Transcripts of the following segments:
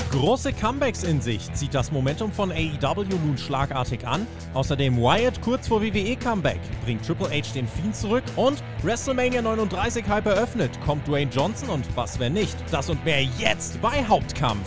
Große Comebacks in Sicht. Zieht das Momentum von AEW nun schlagartig an? Außerdem Wyatt kurz vor WWE-Comeback. Bringt Triple H den Fiend zurück? Und WrestleMania 39 Hype eröffnet. Kommt Dwayne Johnson und was, wenn nicht? Das und mehr jetzt bei Hauptkampf.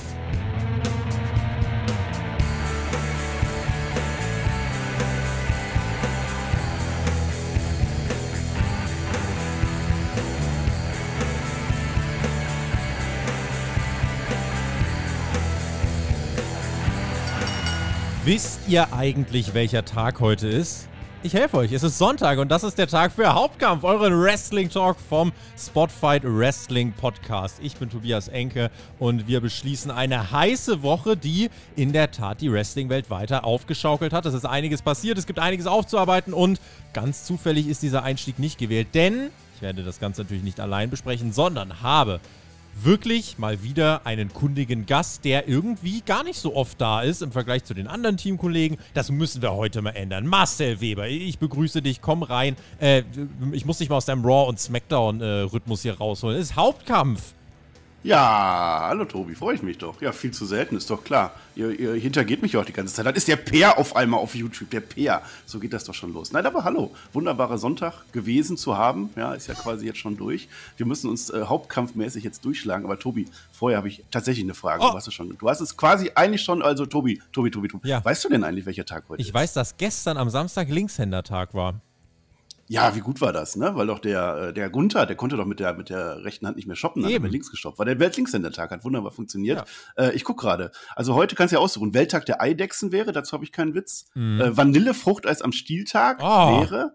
Wisst ihr eigentlich, welcher Tag heute ist? Ich helfe euch, es ist Sonntag und das ist der Tag für Hauptkampf, euren Wrestling-Talk vom Spotfight Wrestling Podcast. Ich bin Tobias Enke und wir beschließen eine heiße Woche, die in der Tat die Wrestling-Welt weiter aufgeschaukelt hat. Es ist einiges passiert, es gibt einiges aufzuarbeiten und ganz zufällig ist dieser Einstieg nicht gewählt, denn ich werde das Ganze natürlich nicht allein besprechen, sondern habe wirklich mal wieder einen kundigen Gast, der irgendwie gar nicht so oft da ist im Vergleich zu den anderen Teamkollegen. Das müssen wir heute mal ändern. Marcel Weber, ich begrüße dich, komm rein. Ich muss dich mal aus deinem Raw- und Smackdown-Rhythmus hier rausholen. Es ist Hauptkampf. Ja, hallo Tobi, freue ich mich doch. Ja, viel zu selten, ist doch klar. Ihr hintergeht mich auch die ganze Zeit. Dann ist der Peer auf einmal auf YouTube, der Peer. So geht das doch schon los. Nein, aber hallo, wunderbarer Sonntag gewesen zu haben. Ja, ist ja quasi jetzt schon durch. Wir müssen uns hauptkampfmäßig jetzt durchschlagen. Aber Tobi, vorher habe ich tatsächlich eine Frage. Oh. Du hast es quasi eigentlich schon, also Tobi. Ja. Weißt du denn eigentlich, welcher Tag heute ist? Ich weiß, dass gestern am Samstag Linkshänder-Tag war. Ja, wie gut war das, ne? Weil doch der Gunther, der konnte doch mit der rechten Hand nicht mehr shoppen, hat mit links gestoppt. War der Weltlinkshänder-Tag, hat wunderbar funktioniert. Ja. Ich guck gerade. Also heute kannst du ja aussuchen, Welttag der Eidechsen wäre, dazu habe ich keinen Witz. Vanillefruchteis am Stieltag wäre,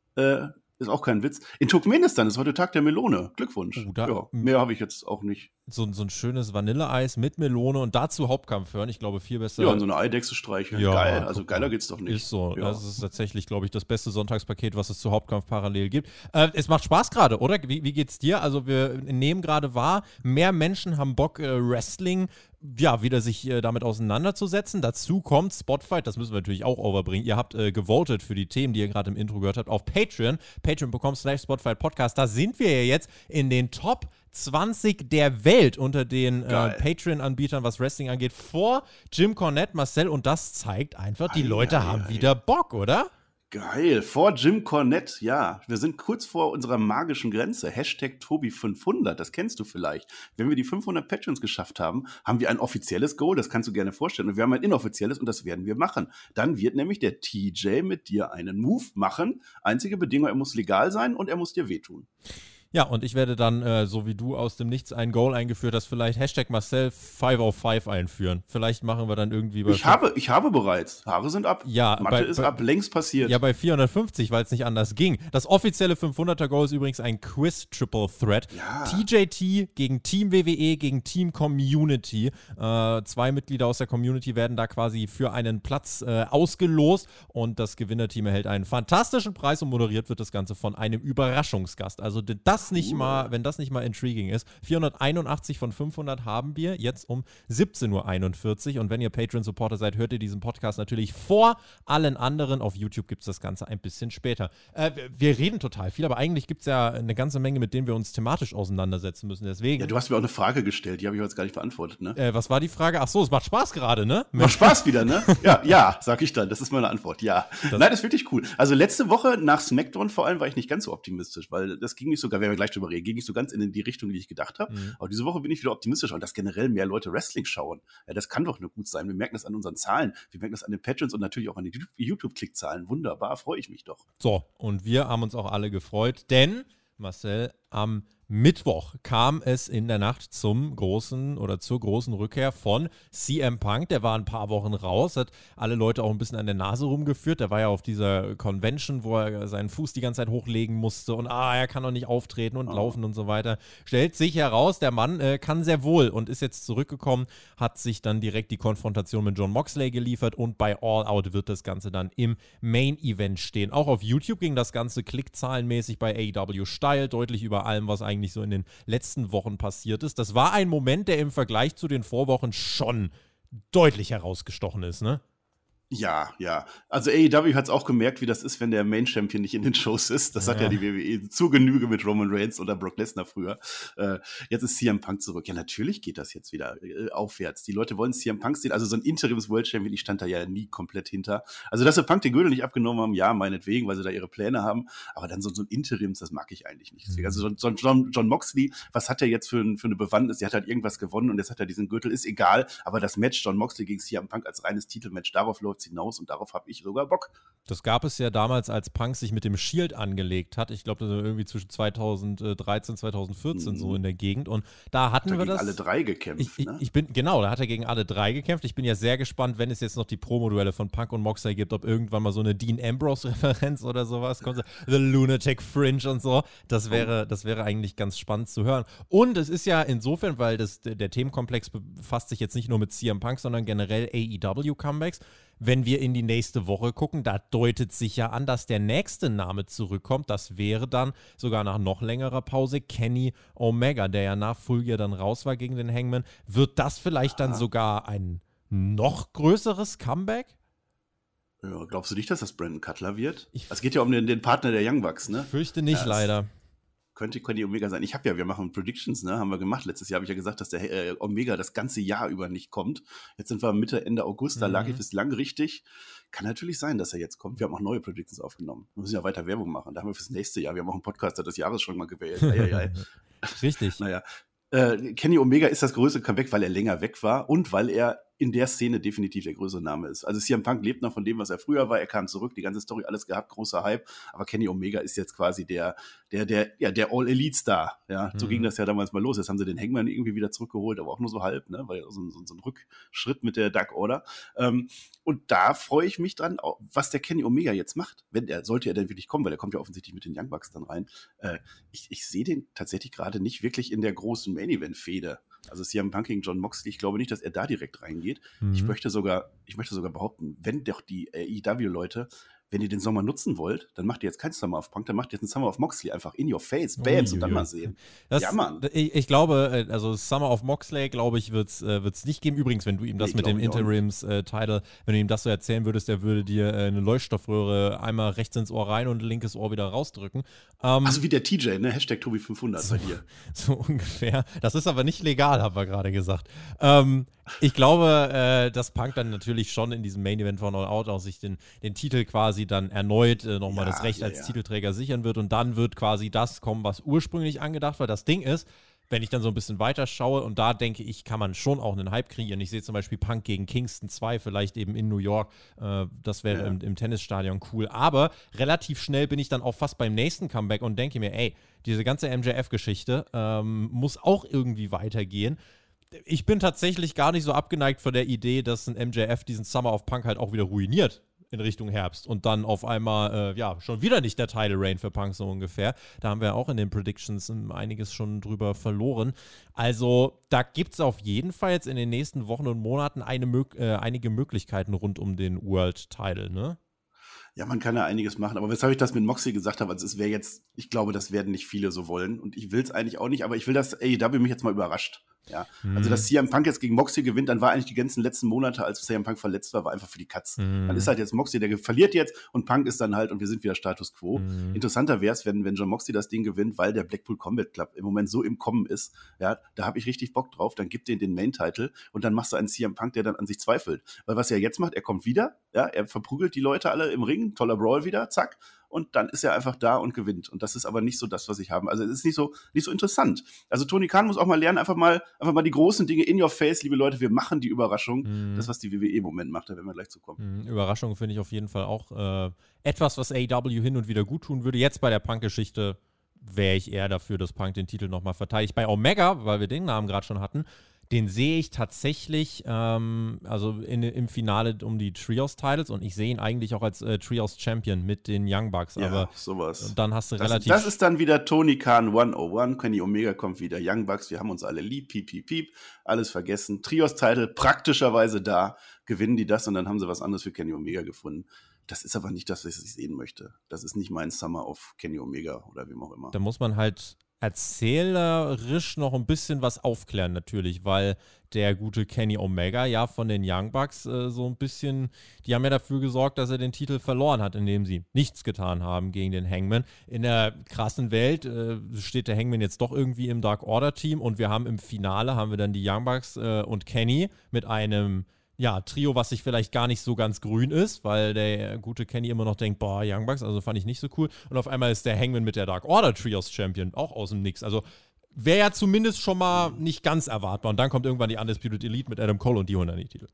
ist auch kein Witz. In Turkmenistan ist heute Tag der Melone. Glückwunsch. Mehr habe ich jetzt auch nicht. So ein schönes Vanilleeis mit Melone und dazu Hauptkampf hören. Ich glaube, viel besser. Ja, und so eine Eidechse streicheln. Ja, geil. Also geiler geht's doch nicht. Ist so. Ja. Das ist tatsächlich, glaube ich, das beste Sonntagspaket, was es zu Hauptkampf parallel gibt. Es macht Spaß gerade, oder? Wie geht's dir? Also wir nehmen gerade wahr, mehr Menschen haben Bock, Wrestling wieder sich damit auseinanderzusetzen. Dazu kommt Spotfight, das müssen wir natürlich auch overbringen. Ihr habt gewotet für die Themen, die ihr gerade im Intro gehört habt, auf Patreon. Patreon.com/Spotfight Podcast. Da sind wir ja jetzt in den Top 20 der Welt unter den Patreon-Anbietern, was Wrestling angeht, vor Jim Cornette, Marcel, und das zeigt einfach, die Leute haben wieder Bock, oder? Geil, vor Jim Cornette, ja. Wir sind kurz vor unserer magischen Grenze. Hashtag Tobi500, das kennst du vielleicht. Wenn wir die 500 Patrons geschafft haben, haben wir ein offizielles Goal, das kannst du gerne vorstellen. Und wir haben ein inoffizielles und das werden wir machen. Dann wird nämlich der TJ mit dir einen Move machen. Einzige Bedingung, er muss legal sein und er muss dir wehtun. Ja, und ich werde dann, so wie du aus dem Nichts ein Goal eingeführt hast, vielleicht Hashtag Marcel 505 einführen. Vielleicht machen wir dann irgendwie Ich habe bereits. Haare sind ab. Ja, Mathe ist ab. Längst passiert. Ja, bei 450, weil es nicht anders ging. Das offizielle 500er Goal ist übrigens ein Quiz-Triple-Threat. Ja. TJT gegen Team WWE gegen Team Community. 2 Mitglieder aus der Community werden da quasi für einen Platz ausgelost. Und das Gewinnerteam erhält einen fantastischen Preis und moderiert wird das Ganze von einem Überraschungsgast. Also wenn das nicht mal intriguing ist. 481 von 500 haben wir jetzt um 17:41 Uhr. Und wenn ihr Patreon-Supporter seid, hört ihr diesen Podcast natürlich vor allen anderen. Auf YouTube gibt es das Ganze ein bisschen später. Wir reden total viel, aber eigentlich gibt es ja eine ganze Menge, mit denen wir uns thematisch auseinandersetzen müssen. Deswegen. Ja, du hast mir auch eine Frage gestellt, die habe ich jetzt gar nicht beantwortet, ne? Was war die Frage? Ach so, es macht Spaß gerade, ne? Macht Spaß wieder, ne? Ja, sag ich dann. Das ist meine Antwort, ja. Nein, das ist wirklich cool. Also letzte Woche nach SmackDown vor allem war ich nicht ganz so optimistisch, weil das ging nicht so, werden wir gleich drüber reden, ging nicht so ganz in die Richtung, die ich gedacht habe. Aber diese Woche bin ich wieder optimistischer und dass generell mehr Leute Wrestling schauen. Ja, das kann doch nur gut sein. Wir merken das an unseren Zahlen, wir merken das an den Patrons und natürlich auch an den YouTube-Klickzahlen. Wunderbar, freue ich mich doch. So, und wir haben uns auch alle gefreut, denn, Marcel, am Mittwoch kam es in der Nacht zur großen Rückkehr von CM Punk. Der war ein paar Wochen raus, hat alle Leute auch ein bisschen an der Nase rumgeführt. Der war ja auf dieser Convention, wo er seinen Fuß die ganze Zeit hochlegen musste und er kann doch nicht auftreten und laufen und so weiter. Stellt sich heraus, der Mann kann sehr wohl und ist jetzt zurückgekommen, hat sich dann direkt die Konfrontation mit Jon Moxley geliefert und bei All Out wird das Ganze dann im Main Event stehen. Auch auf YouTube ging das Ganze klickzahlenmäßig bei AEW steil, deutlich über allem, was eigentlich so in den letzten Wochen passiert ist. Das war ein Moment, der im Vergleich zu den Vorwochen schon deutlich herausgestochen ist, ne? Ja, ja. Also AEW hat es auch gemerkt, wie das ist, wenn der Main-Champion nicht in den Shows ist. Das hat ja die WWE zu Genüge mit Roman Reigns oder Brock Lesnar früher. Jetzt ist CM Punk zurück. Ja, natürlich geht das jetzt wieder aufwärts. Die Leute wollen CM Punk sehen. Also so ein Interims-World-Champion, ich stand da ja nie komplett hinter. Also, dass sie Punk den Gürtel nicht abgenommen haben, ja, meinetwegen, weil sie da ihre Pläne haben. Aber dann so ein Interims, das mag ich eigentlich nicht. Deswegen, also so ein John Moxley, was hat er jetzt für eine Bewandtnis? Der hat halt irgendwas gewonnen und jetzt hat er diesen Gürtel, ist egal. Aber das Match John Moxley gegen CM Punk als reines Titelmatch, darauf läuft hinaus und darauf habe ich sogar Bock. Das gab es ja damals, als Punk sich mit dem Shield angelegt hat. Ich glaube, das war irgendwie zwischen 2013 2014 so in der Gegend. Und da hatten wir das. Da gegen alle drei gekämpft, da hat er gegen alle drei gekämpft. Ich bin ja sehr gespannt, wenn es jetzt noch die Promo-Duelle von Punk und Moxley gibt, ob irgendwann mal so eine Dean Ambrose-Referenz oder sowas kommt. The Lunatic Fringe und so. Das wäre eigentlich ganz spannend zu hören. Und es ist ja insofern, weil der Themenkomplex befasst sich jetzt nicht nur mit CM Punk, sondern generell AEW-Comebacks. Wenn wir in die nächste Woche gucken, da deutet sich ja an, dass der nächste Name zurückkommt. Das wäre dann sogar nach noch längerer Pause Kenny Omega, der ja nach Full Gear dann raus war gegen den Hangman. Wird das vielleicht dann sogar ein noch größeres Comeback? Ja, glaubst du nicht, dass das Brandon Cutler wird? Es geht ja um den Partner der Young Bucks, ne? Fürchte nicht, leider. Könnte Omega sein. Wir machen Predictions, ne? Haben wir gemacht. Letztes Jahr habe ich ja gesagt, dass der Omega das ganze Jahr über nicht kommt. Jetzt sind wir Mitte, Ende August, da lag ich bislang richtig. Kann natürlich sein, dass er jetzt kommt. Wir haben auch neue Predictions aufgenommen. Wir müssen ja weiter Werbung machen. Da haben wir fürs nächste Jahr. Wir haben auch einen Podcaster des Jahres schon mal gewählt. Richtig. Naja. Kenny Omega ist das größte Comeback, weil er länger weg war und weil er in der Szene definitiv der größere Name ist. Also CM Punk lebt noch von dem, was er früher war. Er kam zurück, die ganze Story, alles gehabt, großer Hype. Aber Kenny Omega ist jetzt quasi der All-Elite-Star. Ja, so ging das ja damals mal los. Jetzt haben sie den Hangman irgendwie wieder zurückgeholt, aber auch nur so halb, ne? Weil so ein Rückschritt mit der Dark Order. Und da freue ich mich dran, was der Kenny Omega jetzt macht. Sollte er denn wirklich kommen, weil er kommt ja offensichtlich mit den Young Bucks dann rein. Ich sehe den tatsächlich gerade nicht wirklich in der großen Main-Event-Fehde. Also CM Punk gegen John Moxley, ich glaube nicht, dass er da direkt reingeht. Ich möchte sogar behaupten, wenn doch die AEW-Leute, wenn ihr den Sommer nutzen wollt, dann macht ihr jetzt keinen Summer of Punk, dann macht ihr jetzt einen Summer of Moxley, einfach in your face, bams, und dann mal sehen. Mann. Ich glaube, also Summer of Moxley, glaube ich, wird's nicht geben. Übrigens, wenn du ihm das mit dem Interims-Title, wenn du ihm das so erzählen würdest, der würde dir eine Leuchtstoffröhre einmal rechts ins Ohr rein und linkes Ohr wieder rausdrücken. Also wie der TJ, ne? Hashtag Tobi500 bei dir. So ungefähr. Das ist aber nicht legal, haben wir gerade gesagt. Ich glaube, dass Punk dann natürlich schon in diesem Main-Event von All Out auch sich den Titel quasi dann erneut nochmal das Recht als Titelträger sichern wird und dann wird quasi das kommen, was ursprünglich angedacht war. Das Ding ist, wenn ich dann so ein bisschen weiter schaue und da denke ich, kann man schon auch einen Hype kreieren. Ich sehe zum Beispiel Punk gegen Kingston 2, vielleicht eben in New York. Das wäre im Tennisstadion cool. Aber relativ schnell bin ich dann auch fast beim nächsten Comeback und denke mir, ey, diese ganze MJF-Geschichte muss auch irgendwie weitergehen. Ich bin tatsächlich gar nicht so abgeneigt von der Idee, dass ein MJF diesen Summer of Punk halt auch wieder ruiniert in Richtung Herbst und dann auf einmal, schon wieder nicht der Title Reign für Punk so ungefähr. Da haben wir auch in den Predictions einiges schon drüber verloren. Also da gibt es auf jeden Fall jetzt in den nächsten Wochen und Monaten einige Möglichkeiten rund um den World Title, ne? Ja, man kann ja einiges machen, aber weshalb ich das mit Moxley gesagt habe, also es wäre jetzt, ich glaube, das werden nicht viele so wollen und ich will es eigentlich auch nicht, aber ich will, dass AEW mich jetzt mal überrascht. Ja, also dass CM Punk jetzt gegen Moxley gewinnt, dann war eigentlich die ganzen letzten Monate, als CM Punk verletzt war einfach für die Katz. Dann ist halt jetzt Moxley, der verliert jetzt und Punk ist dann halt und wir sind wieder Status Quo. Interessanter wäre es, wenn John Moxley das Ding gewinnt, weil der Blackpool Combat Club im Moment so im Kommen ist. Ja, da habe ich richtig Bock drauf. Dann gib den Main-Title und dann machst du einen CM Punk, der dann an sich zweifelt. Weil was er jetzt macht, er kommt wieder, ja, er verprügelt die Leute alle im Ring, toller Brawl wieder, zack. Und dann ist er einfach da und gewinnt. Und das ist aber nicht so das, was ich habe. Also es ist nicht so interessant. Also Tony Khan muss auch mal lernen, einfach mal die großen Dinge in your face, liebe Leute, wir machen die Überraschung. Das, was die WWE im Moment macht, da werden wir gleich zu kommen. Überraschung finde ich auf jeden Fall auch etwas, was AEW hin und wieder gut tun würde. Jetzt bei der Punk-Geschichte wäre ich eher dafür, dass Punk den Titel nochmal verteidigt. Bei Omega, weil wir den Namen gerade schon hatten, den sehe ich tatsächlich im Finale um die Trios-Titles und ich sehe ihn eigentlich auch als Trios-Champion mit den Young Bucks. Ja, aber sowas. Dann hast du Das ist dann wieder Tony Khan 101, Kenny Omega kommt wieder, Young Bucks, wir haben uns alle lieb, piep, piep, piep, alles vergessen. Trios-Title praktischerweise da, gewinnen die das und dann haben sie was anderes für Kenny Omega gefunden. Das ist aber nicht das, was ich sehen möchte. Das ist nicht mein Summer of Kenny Omega oder wem auch immer. Da muss man halt erzählerisch noch ein bisschen was aufklären natürlich, weil der gute Kenny Omega ja von den Young Bucks so ein bisschen, die haben ja dafür gesorgt, dass er den Titel verloren hat, indem sie nichts getan haben gegen den Hangman. In der krassen Welt steht der Hangman jetzt doch irgendwie im Dark Order Team und wir haben im Finale, haben wir dann die Young Bucks und Kenny mit einem Trio, was sich vielleicht gar nicht so ganz grün ist, weil der gute Kenny immer noch denkt, boah, Young Bucks, also fand ich nicht so cool. Und auf einmal ist der Hangman mit der Dark Order Trios Champion, auch aus dem Nix. Also wäre ja zumindest schon mal nicht ganz erwartbar. Und dann kommt irgendwann die Undisputed Elite mit Adam Cole und die holen dann die Titel.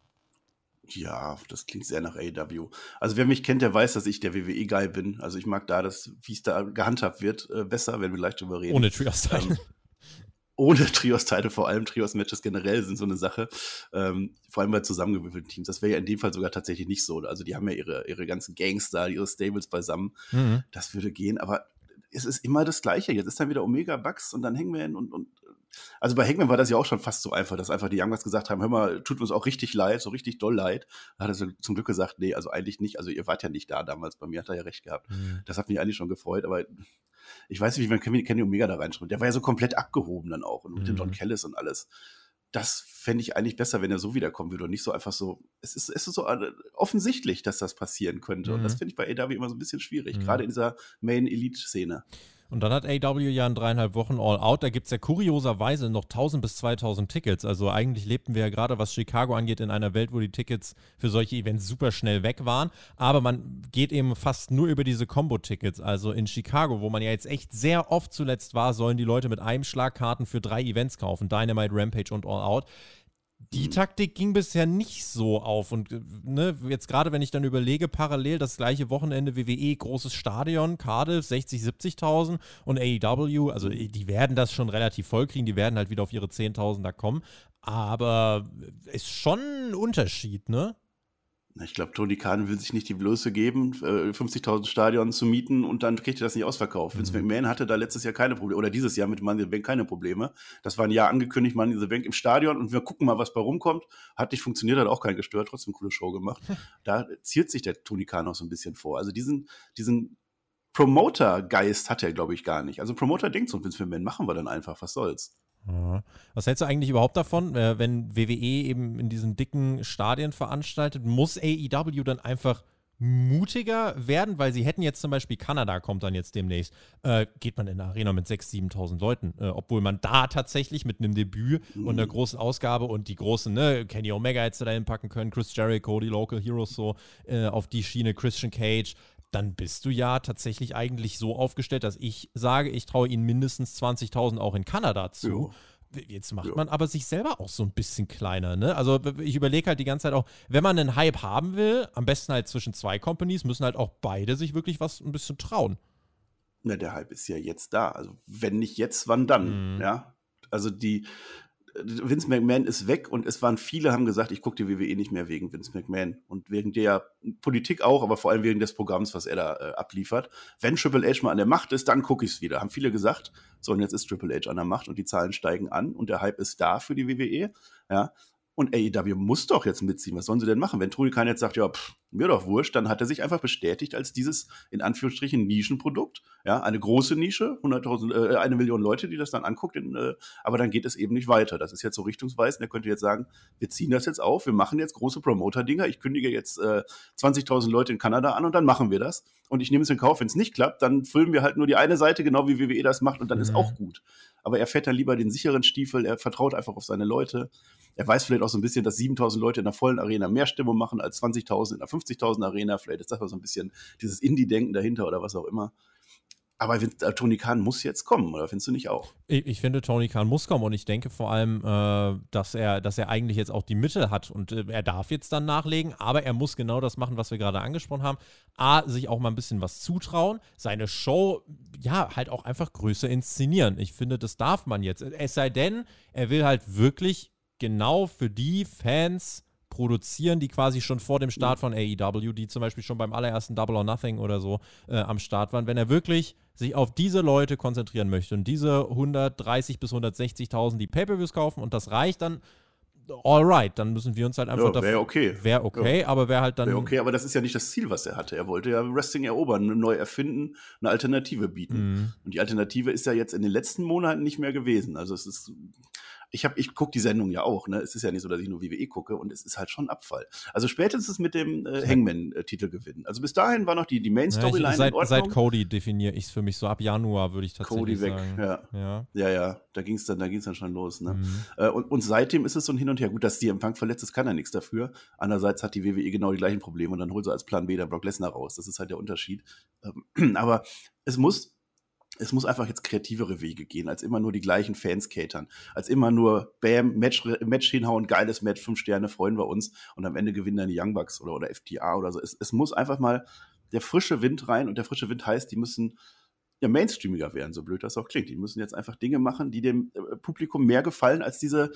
Ja, das klingt sehr nach AEW. Also wer mich kennt, der weiß, dass ich der WWE-Guy bin. Also ich mag da wie es da gehandhabt wird, besser, wenn wir gleich drüber reden. Ohne Trios-Title. Ohne Trios-Title, vor allem Trios-Matches generell sind so eine Sache, vor allem bei zusammengewürfelten Teams. Das wäre ja in dem Fall sogar tatsächlich nicht so. Also die haben ja ihre ganzen Gangster, ihre Stables beisammen. Mhm. Das würde gehen, aber es ist immer das Gleiche. Jetzt ist dann wieder Omega, Bucks und dann Hangman und also bei Hangman war das ja auch schon fast so einfach, dass einfach die Young Bucks gesagt haben, hör mal, tut uns auch richtig leid, so richtig doll leid. Da hat er zum Glück gesagt, nee, also eigentlich nicht. Also ihr wart ja nicht da damals, bei mir hat er ja recht gehabt. Mhm. Das hat mich eigentlich schon gefreut, aber ich weiß nicht, wie man Kenny Omega da reinschreibt. Der war ja so komplett abgehoben dann auch und mit dem Don Callis und alles. Das fände ich eigentlich besser, wenn er so wiederkommen würde und nicht so einfach so, es ist so offensichtlich, dass das passieren könnte. Und das finde ich bei AEW immer so ein bisschen schwierig, gerade in dieser Main-Elite-Szene. Und dann hat AEW ja in 3,5 Wochen All Out, da gibt es ja kurioserweise noch 1000 bis 2000 Tickets. Also eigentlich lebten wir ja gerade, was Chicago angeht, in einer Welt, wo die Tickets für solche Events super schnell weg waren. Aber man geht eben fast nur über diese Combo-Tickets. Also in Chicago, wo man ja jetzt echt sehr oft zuletzt war, sollen die Leute mit einem Schlag Karten für 3 Events kaufen. Dynamite, Rampage und All Out. Die Taktik ging bisher nicht so auf und jetzt gerade, wenn ich dann überlege, parallel das gleiche Wochenende WWE, großes Stadion, Cardiff, 60, 70.000 und AEW, also die werden das schon relativ voll kriegen, die werden halt wieder auf ihre 10.000 da kommen, aber ist schon ein Unterschied, ne? Ich glaube, Tony Khan will sich nicht die Blöße geben, 50.000 Stadion zu mieten und dann kriegt er das nicht ausverkauft. Vince McMahon hatte da letztes Jahr keine Probleme, oder dieses Jahr mit Money in the Bank keine Probleme. Das war ein Jahr angekündigt, Money in the Bank im Stadion und wir gucken mal, was bei rumkommt. Hat nicht funktioniert, hat auch keinen gestört, trotzdem eine coole Show gemacht. Da ziert sich der Tony Khan auch so ein bisschen vor. Also diesen Promoter-Geist hat er, glaube ich, gar nicht. Also Promoter denkt so, Vince McMahon, machen wir dann einfach, was soll's. Was hältst du eigentlich überhaupt davon, wenn WWE eben in diesen dicken Stadien veranstaltet? Muss AEW dann einfach mutiger werden? Weil sie hätten jetzt zum Beispiel, Kanada kommt dann jetzt demnächst, geht man in eine Arena mit 6.000, 7.000 Leuten, obwohl man da tatsächlich mit einem Debüt und einer großen Ausgabe und die großen, Kenny Omega hättest du da hinpacken können, Chris Jericho, die Local Heroes so, auf die Schiene, Christian Cage, dann bist du ja tatsächlich eigentlich so aufgestellt, dass ich sage, ich traue ihnen mindestens 20.000 auch in Kanada zu. Jo. Jetzt macht man aber sich selber auch so ein bisschen kleiner, ne? Also ich überlege halt die ganze Zeit auch, wenn man einen Hype haben will, am besten halt zwischen 2 Companies, müssen halt auch beide sich wirklich was ein bisschen trauen. Na, der Hype ist ja jetzt da. Also wenn nicht jetzt, wann dann? Ja. Also Vince McMahon ist weg und viele haben gesagt, ich gucke die WWE nicht mehr wegen Vince McMahon und wegen der Politik auch, aber vor allem wegen des Programms, was er da abliefert. Wenn Triple H mal an der Macht ist, dann gucke ich es wieder. Haben viele gesagt, so und jetzt ist Triple H an der Macht und die Zahlen steigen an und der Hype ist da für die WWE, ja. Und AEW muss doch jetzt mitziehen. Was sollen sie denn machen? Wenn Tony Khan jetzt sagt, ja, mir doch wurscht, dann hat er sich einfach bestätigt als dieses, in Anführungsstrichen, Nischenprodukt. Ja, eine große Nische, 1 Million Leute, die das dann anguckt, aber dann geht es eben nicht weiter. Das ist jetzt so richtungsweisend. Er könnte jetzt sagen, wir ziehen das jetzt auf, wir machen jetzt große Promoter-Dinger, ich kündige jetzt 20.000 Leute in Kanada an und dann machen wir das. Und ich nehme es in Kauf, wenn es nicht klappt, dann füllen wir halt nur die eine Seite, genau wie WWE das macht und dann ist auch gut. Aber er fährt dann lieber den sicheren Stiefel, er vertraut einfach auf seine Leute. Er weiß vielleicht auch so ein bisschen, dass 7.000 Leute in einer vollen Arena mehr Stimmung machen als 20.000 in einer 50.000 Arena. Vielleicht ist das so ein bisschen dieses Indie-Denken dahinter oder was auch immer. Aber Tony Khan muss jetzt kommen, oder findest du nicht auch? Ich finde, Tony Khan muss kommen und ich denke vor allem, dass er eigentlich jetzt auch die Mittel hat und er darf jetzt dann nachlegen, aber er muss genau das machen, was wir gerade angesprochen haben. Sich auch mal ein bisschen was zutrauen, seine Show, ja, halt auch einfach größer inszenieren. Ich finde, das darf man jetzt. Es sei denn, er will halt wirklich genau für die Fans produzieren, die quasi schon vor dem Start von AEW, die zum Beispiel schon beim allerersten Double or Nothing oder so am Start waren, wenn er wirklich sich auf diese Leute konzentrieren möchte und diese 130.000 bis 160.000, die Pay-Per-Views kaufen und das reicht dann alright, dann müssen wir uns halt einfach wäre okay. Wäre okay, ja. Aber wäre halt dann... Wäre okay, aber das ist ja nicht das Ziel, was er hatte. Er wollte ja Wrestling erobern, neu erfinden, eine Alternative bieten. Und die Alternative ist ja jetzt in den letzten Monaten nicht mehr gewesen. Also es ist... Ich gucke die Sendung ja auch, ne? Es ist ja nicht so, dass ich nur WWE gucke und es ist halt schon Abfall. Also spätestens mit dem Hangman-Titel gewinnen. Also bis dahin war noch die Main-Storyline in Ordnung. Seit Cody definiere ich es für mich so. Ab Januar würde ich tatsächlich sagen. Cody weg, ja. Da ging es dann schon los. Ne? Und seitdem ist es so ein Hin und Her. Gut, dass die Empfang verletzt ist, kann er nichts dafür. Andererseits hat die WWE genau die gleichen Probleme und dann holt sie als Plan B der Brock Lesnar raus. Das ist halt der Unterschied. Aber es muss einfach jetzt kreativere Wege gehen, als immer nur die gleichen Fans catern. Als immer nur Bam, Match hinhauen, geiles Match, 5 Sterne, freuen wir uns. Und am Ende gewinnen dann die Young Bucks oder FTA oder so. Es muss einfach mal der frische Wind rein. Und der frische Wind heißt, die müssen ja mainstreamiger werden, so blöd das auch klingt. Die müssen jetzt einfach Dinge machen, die dem Publikum mehr gefallen als diese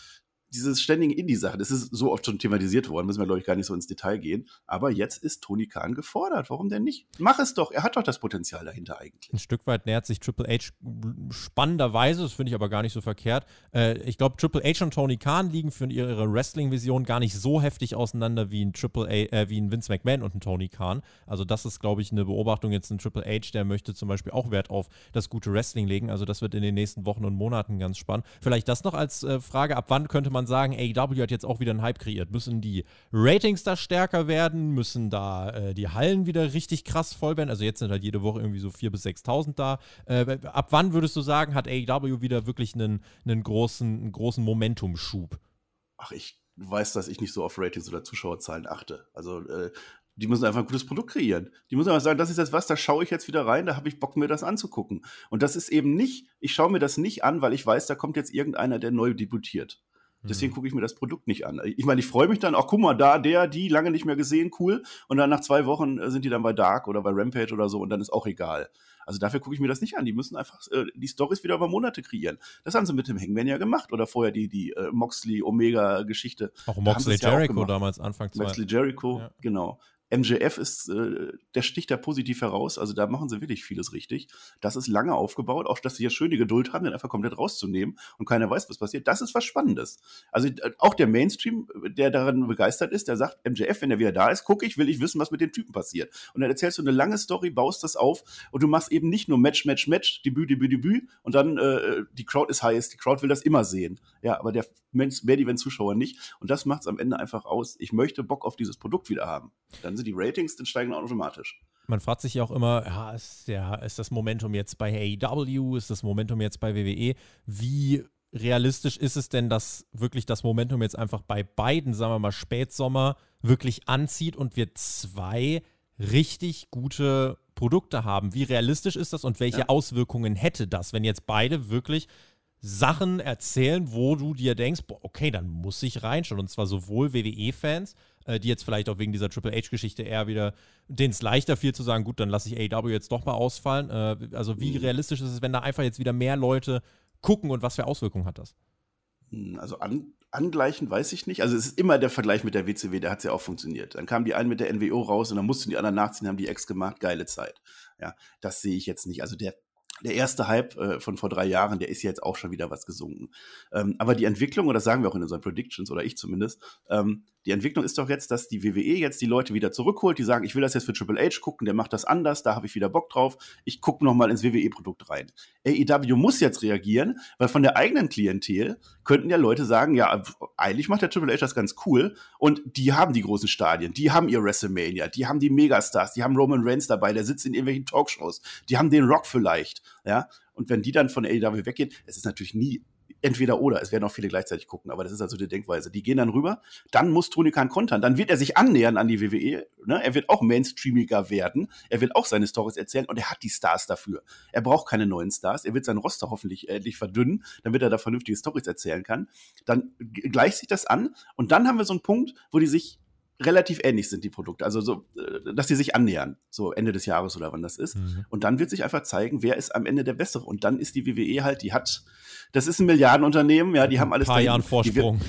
ständigen Indie-Sachen. Das ist so oft schon thematisiert worden, müssen wir, glaube ich, gar nicht so ins Detail gehen. Aber jetzt ist Tony Khan gefordert. Warum denn nicht? Mach es doch. Er hat doch das Potenzial dahinter eigentlich. Ein Stück weit nähert sich Triple H spannenderweise, das finde ich aber gar nicht so verkehrt. Ich glaube, Triple H und Tony Khan liegen für ihre Wrestling-Vision gar nicht so heftig auseinander wie ein Vince McMahon und ein Tony Khan. Also das ist, glaube ich, eine Beobachtung jetzt ein Triple H, der möchte zum Beispiel auch Wert auf das gute Wrestling legen. Also das wird in den nächsten Wochen und Monaten ganz spannend. Vielleicht das noch als Frage, ab wann könnte man sagen, AEW hat jetzt auch wieder einen Hype kreiert. Müssen die Ratings da stärker werden? Müssen da die Hallen wieder richtig krass voll werden? Also jetzt sind halt jede Woche irgendwie so 4.000 bis 6.000 da. Ab wann würdest du sagen, hat AEW wieder wirklich einen großen Momentumschub? Ach, ich weiß, dass ich nicht so auf Ratings oder Zuschauerzahlen achte. Also die müssen einfach ein gutes Produkt kreieren. Die müssen einfach sagen, das ist jetzt was, da schaue ich jetzt wieder rein, da habe ich Bock, mir das anzugucken. Und das ist eben nicht, ich schaue mir das nicht an, weil ich weiß, da kommt jetzt irgendeiner, der neu debütiert. Deswegen gucke ich mir das Produkt nicht an. Ich meine, ich freue mich dann, ach guck mal, die lange nicht mehr gesehen, cool. Und dann nach 2 Wochen sind die dann bei Dark oder bei Rampage oder so und dann ist auch egal. Also dafür gucke ich mir das nicht an. Die müssen einfach die Storys wieder über Monate kreieren. Das haben sie mit dem Hangman ja gemacht. Oder vorher die Moxley-Omega-Geschichte. Auch Moxley Jericho damals, Anfang 2000. Moxley Jericho, ja. Genau. MJF ist, der sticht da positiv heraus, also da machen sie wirklich vieles richtig. Das ist lange aufgebaut, auch dass sie hier schöne Geduld haben, den einfach komplett rauszunehmen und keiner weiß, was passiert. Das ist was Spannendes. Also auch der Mainstream, der daran begeistert ist, der sagt, MJF, wenn er wieder da ist, will ich wissen, was mit dem Typen passiert. Und dann erzählst du eine lange Story, baust das auf und du machst eben nicht nur Match, Debüt und dann die Crowd ist heiß, die Crowd will das immer sehen. Ja, aber der Main-Event-Zuschauer nicht. Und das macht es am Ende einfach aus. Ich möchte Bock auf dieses Produkt wieder haben. Dann sind die Ratings, dann steigen automatisch. Man fragt sich ja auch immer, ist das Momentum jetzt bei AEW, ist das Momentum jetzt bei WWE? Wie realistisch ist es denn, dass wirklich das Momentum jetzt einfach bei beiden, sagen wir mal Spätsommer, wirklich anzieht und wir 2 richtig gute Produkte haben? Wie realistisch ist das und welche Auswirkungen hätte das, wenn jetzt beide wirklich Sachen erzählen, wo du dir denkst, boah, okay, dann muss ich reinschauen. Und zwar sowohl WWE-Fans, die jetzt vielleicht auch wegen dieser Triple H-Geschichte eher wieder, denen es leichter fiel zu sagen, gut, dann lasse ich AEW jetzt doch mal ausfallen. Also wie realistisch ist es, wenn da einfach jetzt wieder mehr Leute gucken und was für Auswirkungen hat das? Also angleichen weiß ich nicht. Also es ist immer der Vergleich mit der WCW, der hat ja auch funktioniert. Dann kamen die einen mit der NWO raus und dann mussten die anderen nachziehen, haben die Ex gemacht, geile Zeit. Ja, das sehe ich jetzt nicht. Also der erste Hype von vor 3 Jahren, der ist jetzt auch schon wieder was gesunken. Aber die Entwicklung, und das sagen wir auch in unseren Predictions, oder ich zumindest, die Entwicklung ist doch jetzt, dass die WWE jetzt die Leute wieder zurückholt, die sagen, ich will das jetzt für Triple H gucken, der macht das anders, da habe ich wieder Bock drauf, ich gucke nochmal ins WWE-Produkt rein. AEW muss jetzt reagieren, weil von der eigenen Klientel könnten ja Leute sagen, ja, eigentlich macht der Triple H das ganz cool und die haben die großen Stadien, die haben ihr WrestleMania, die haben die Megastars, die haben Roman Reigns dabei, der sitzt in irgendwelchen Talkshows, die haben den Rock vielleicht, ja, und wenn die dann von AEW weggehen, es ist natürlich nie entweder oder, es werden auch viele gleichzeitig gucken, aber das ist also die Denkweise. Die gehen dann rüber, dann muss Tony Khan kontern, dann wird er sich annähern an die WWE, ne? Er wird auch mainstreamiger werden, er will auch seine Storys erzählen und er hat die Stars dafür. Er braucht keine neuen Stars, er wird sein Roster hoffentlich endlich verdünnen, damit er da vernünftige Storys erzählen kann. Dann gleicht sich das an und dann haben wir so einen Punkt, wo die sich relativ ähnlich sind, die Produkte. Also so, dass die sich annähern, so Ende des Jahres oder wann das ist. Und dann wird sich einfach zeigen, wer ist am Ende der Bessere. Und dann ist die WWE halt, das ist ein Milliardenunternehmen, ja, die haben alles. Ein paar Jahren Vorsprung.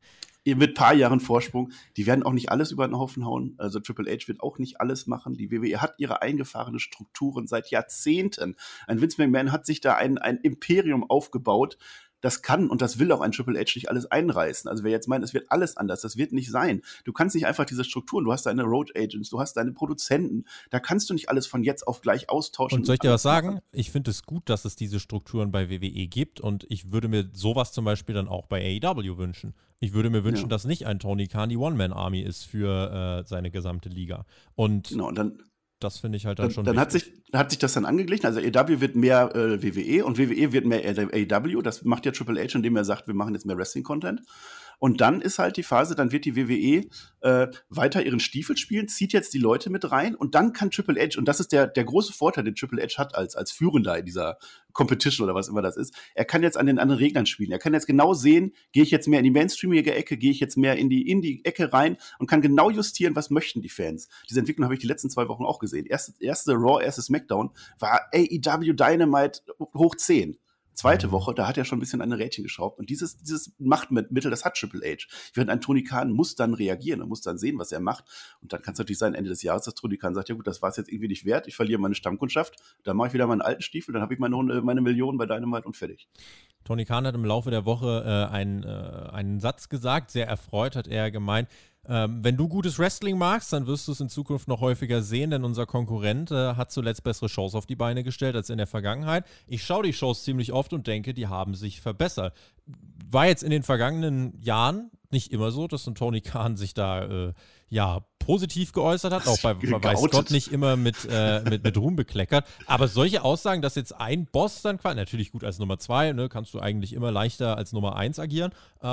Mit paar Jahren Vorsprung. Die werden auch nicht alles über den Haufen hauen. Also Triple H wird auch nicht alles machen. Die WWE hat ihre eingefahrene Strukturen seit Jahrzehnten. Ein Vince McMahon hat sich da ein Imperium aufgebaut. das kann und das will auch ein Triple H nicht alles einreißen. Also wer jetzt meint, es wird alles anders, das wird nicht sein. Du kannst nicht einfach diese Strukturen, du hast deine Road Agents, du hast deine Produzenten, da kannst du nicht alles von jetzt auf gleich austauschen. Und soll ich dir was sagen? Ich finde es gut, dass es diese Strukturen bei WWE gibt und ich würde mir sowas zum Beispiel dann auch bei AEW wünschen. Ich würde mir wünschen, dass nicht ein Tony Khan die One-Man-Army ist für seine gesamte Liga. Und genau, und dann das finde ich halt dann schon dann hat sich das dann angeglichen. Also AEW wird mehr WWE und WWE wird mehr AEW. Das macht ja Triple H, indem er sagt, wir machen jetzt mehr Wrestling-Content. Und dann ist halt die Phase, dann wird die WWE weiter ihren Stiefel spielen, zieht jetzt die Leute mit rein und dann kann Triple H, und das ist der große Vorteil, den Triple H hat als Führender in dieser Competition oder was immer das ist, er kann jetzt an den anderen Reglern spielen. Er kann jetzt genau sehen, gehe ich jetzt mehr in die mainstreamige Ecke, gehe ich jetzt mehr in die Ecke rein und kann genau justieren, was möchten die Fans. Diese Entwicklung habe ich die letzten 2 Wochen auch gesehen. Erste Raw, erste SmackDown war AEW Dynamite hoch 10. Zweite Woche, da hat er schon ein bisschen an den Rädchen geschraubt. Und dieses Machtmittel, das hat Triple H. Während ein Tony Khan muss dann reagieren und muss dann sehen, was er macht. Und dann kann es natürlich sein, Ende des Jahres, dass Tony Khan sagt, ja gut, das war es jetzt irgendwie nicht wert, ich verliere meine Stammkundschaft, dann mache ich wieder meinen alten Stiefel, dann habe ich meine Millionen bei Dynamite und fertig. Tony Khan hat im Laufe der Woche einen Satz gesagt, sehr erfreut hat er gemeint, wenn du gutes Wrestling magst, dann wirst du es in Zukunft noch häufiger sehen, denn unser Konkurrent hat zuletzt bessere Shows auf die Beine gestellt als in der Vergangenheit. Ich schaue die Shows ziemlich oft und denke, die haben sich verbessert. War jetzt in den vergangenen Jahren nicht immer so, dass ein Tony Khan sich da positiv geäußert hat, auch bei Scott nicht immer mit Ruhm bekleckert. Aber solche Aussagen, dass jetzt ein Boss dann quasi, natürlich gut als Nummer 2, ne, kannst du eigentlich immer leichter als Nummer 1 agieren,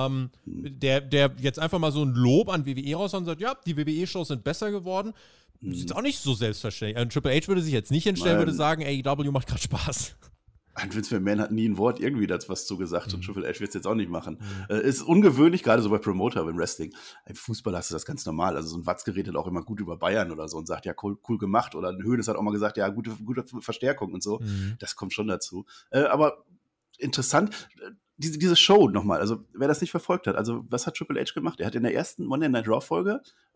der jetzt einfach mal so ein Lob an WWE raus und sagt, ja, die WWE-Shows sind besser geworden, ist auch nicht so selbstverständlich. Triple H würde sich jetzt nicht hinstellen, würde sagen, AEW macht gerade Spaß. Vince McMahon hat nie ein Wort irgendwie dazu was zugesagt und Triple H wird es jetzt auch nicht machen. Ist ungewöhnlich, gerade so bei Promoter, im Wrestling. Im Fußball hast du das ganz normal. Also so ein Watzke redet auch immer gut über Bayern oder so und sagt, ja, cool gemacht. Oder ein Hoeneß hat auch mal gesagt, ja, gute Verstärkung und so. Das kommt schon dazu. Aber interessant, diese Show nochmal, also wer das nicht verfolgt hat, also was hat Triple H gemacht? Er hat in der ersten Monday Night Raw Folge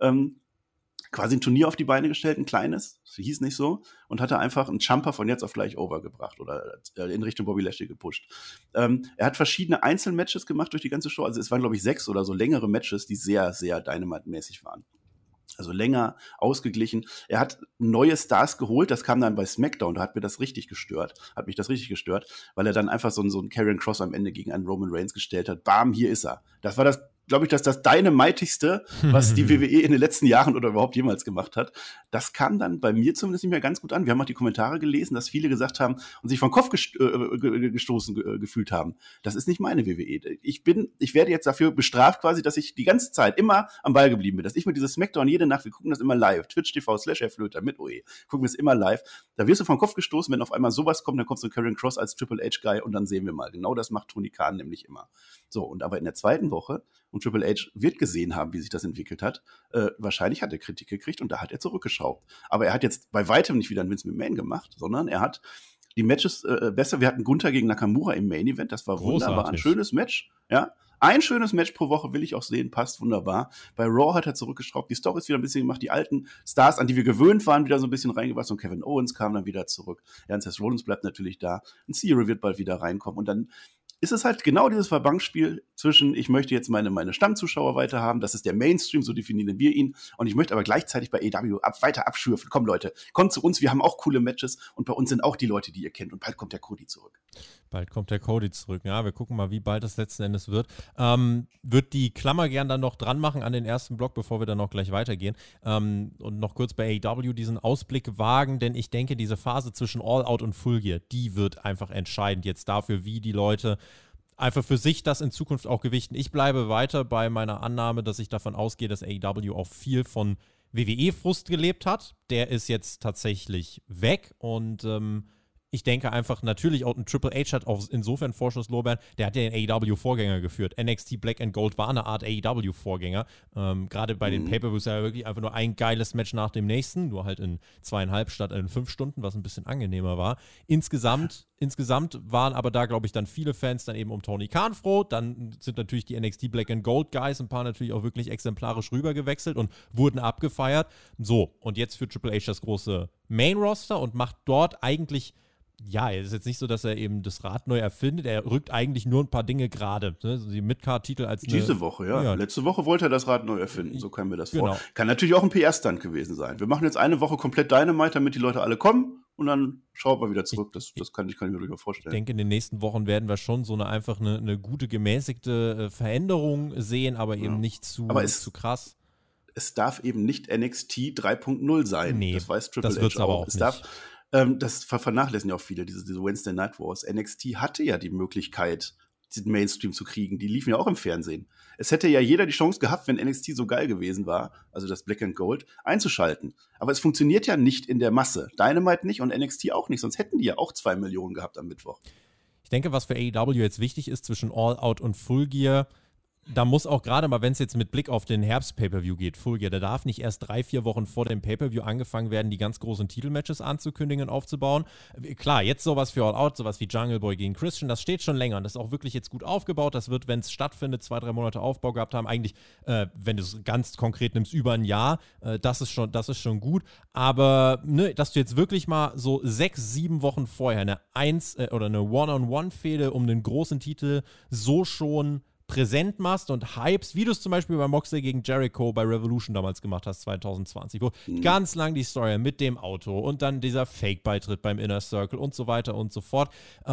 quasi ein Turnier auf die Beine gestellt, ein kleines, das hieß nicht so, und hatte einfach einen Jumper von jetzt auf gleich over gebracht oder in Richtung Bobby Lashley gepusht. Er hat verschiedene Einzelmatches gemacht durch die ganze Show, also es waren, glaube ich, 6 oder so längere Matches, die sehr, sehr Dynamite-mäßig waren. Also länger, ausgeglichen. Er hat neue Stars geholt, das kam dann bei SmackDown, da hat mich das richtig gestört, weil er dann einfach so einen Karrion Kross am Ende gegen einen Roman Reigns gestellt hat. Bam, hier ist er. Das war das, glaube ich, das Dynamitigste, was die WWE in den letzten Jahren oder überhaupt jemals gemacht hat. Das kam dann bei mir zumindest nicht mehr ganz gut an. Wir haben auch die Kommentare gelesen, dass viele gesagt haben und sich vom Kopf gestoßen gefühlt haben. Das ist nicht meine WWE. Ich werde jetzt dafür bestraft quasi, dass ich die ganze Zeit immer am Ball geblieben bin. Dass ich mir dieses Smackdown jede Nacht, wir gucken das immer live, Twitch.tv/Flöter mit OE, gucken wir es immer live. Da wirst du vom Kopf gestoßen, wenn auf einmal sowas kommt, dann kommt so ein Karrion Kross als Triple H-Guy und dann sehen wir mal. Genau das macht Tony Khan nämlich immer. So, und aber in der zweiten Woche, und Triple H wird gesehen haben, wie sich das entwickelt hat, wahrscheinlich hat er Kritik gekriegt und da hat er zurückgeschraubt. Aber er hat jetzt bei weitem nicht wieder einen Vince McMahon gemacht, sondern er hat die Matches besser. Wir hatten Gunther gegen Nakamura im Main Event, das war wunderbar, ein schönes Match, ja. Ein schönes Match pro Woche will ich auch sehen, passt wunderbar. Bei Raw hat er zurückgeschraubt, die Storys wieder ein bisschen gemacht, die alten Stars, an die wir gewöhnt waren, wieder so ein bisschen reingebracht und Kevin Owens kam dann wieder zurück. Ja, und Seth Rollins bleibt natürlich da. Und Theory wird bald wieder reinkommen und dann ist es halt genau dieses Verbankspiel zwischen, ich möchte jetzt meine Stammzuschauer weiter haben, das ist der Mainstream, so definieren wir ihn, und ich möchte aber gleichzeitig bei AEW weiter abschürfen. Komm Leute, kommt zu uns, wir haben auch coole Matches und bei uns sind auch die Leute, die ihr kennt und bald kommt der Cody zurück. Ja, wir gucken mal, wie bald das letzten Endes wird. Wird die Klammer gern dann noch dran machen an den ersten Block, bevor wir dann noch gleich weitergehen. Und noch kurz bei AEW diesen Ausblick wagen, denn ich denke, diese Phase zwischen All Out und Full Gear, die wird einfach entscheidend jetzt dafür, wie die Leute einfach für sich das in Zukunft auch gewichten. Ich bleibe weiter bei meiner Annahme, dass ich davon ausgehe, dass AEW auch viel von WWE-Frust gelebt hat. Der ist jetzt tatsächlich weg und ich denke einfach, natürlich auch ein Triple H hat auch insofern Vorschusslorbeeren, der hat ja den AEW-Vorgänger geführt. NXT Black and Gold war eine Art AEW-Vorgänger. Gerade bei den Pay-Per-Views ja wirklich einfach nur ein geiles Match nach dem nächsten, nur halt in 2,5 statt in 5 Stunden, was ein bisschen angenehmer war. Insgesamt waren aber da, glaube ich, dann viele Fans dann eben um Tony Khan froh. Dann sind natürlich die NXT Black and Gold Guys ein paar natürlich auch wirklich exemplarisch rübergewechselt und wurden abgefeiert. So, und jetzt führt Triple H das große Main-Roster und macht dort eigentlich ja, es ist jetzt nicht so, dass er eben das Rad neu erfindet. Er rückt eigentlich nur ein paar Dinge gerade. Ne? Die Midcard-Titel als Diese Woche, ja. Letzte Woche wollte er das Rad neu erfinden. So kam mir das vor. Kann natürlich auch ein PR-Stunt gewesen sein. Wir machen jetzt eine Woche komplett Dynamite, damit die Leute alle kommen. Und dann schauen wir wieder zurück. Das kann ich mir durchaus vorstellen. Ich denke, in den nächsten Wochen werden wir schon so eine gute, gemäßigte Veränderung sehen, aber eben nicht zu krass. Es darf eben nicht NXT 3.0 sein. Nee, das weiß Triple H wird's aber auch nicht. Das vernachlässigen ja auch viele, diese Wednesday Night Wars. NXT hatte ja die Möglichkeit, den Mainstream zu kriegen. Die liefen ja auch im Fernsehen. Es hätte ja jeder die Chance gehabt, wenn NXT so geil gewesen war, also das Black and Gold, einzuschalten. Aber es funktioniert ja nicht in der Masse. Dynamite nicht und NXT auch nicht, sonst hätten die ja auch 2 Millionen gehabt am Mittwoch. Ich denke, was für AEW jetzt wichtig ist zwischen All Out und Full Gear, da muss auch gerade mal, wenn es jetzt mit Blick auf den Herbst-Pay-Per-View geht, Full Gear, da darf nicht erst 3-4 Wochen vor dem Pay-Per-View angefangen werden, die ganz großen Titelmatches anzukündigen und aufzubauen. Klar, jetzt sowas für All Out, sowas wie Jungle Boy gegen Christian, das steht schon länger und das ist auch wirklich jetzt gut aufgebaut. Das wird, wenn es stattfindet, 2-3 Monate Aufbau gehabt haben, eigentlich, wenn du es ganz konkret nimmst, über ein Jahr. Das ist schon gut. Aber, ne, dass du jetzt wirklich mal so 6-7 Wochen vorher eine One-on-One-Fehde um den großen Titel so schon präsent machst und hypest, wie du es zum Beispiel bei Moxley gegen Jericho bei Revolution damals gemacht hast, 2020, wo ganz lang die Story mit dem Auto und dann dieser Fake-Beitritt beim Inner Circle und so weiter und so fort.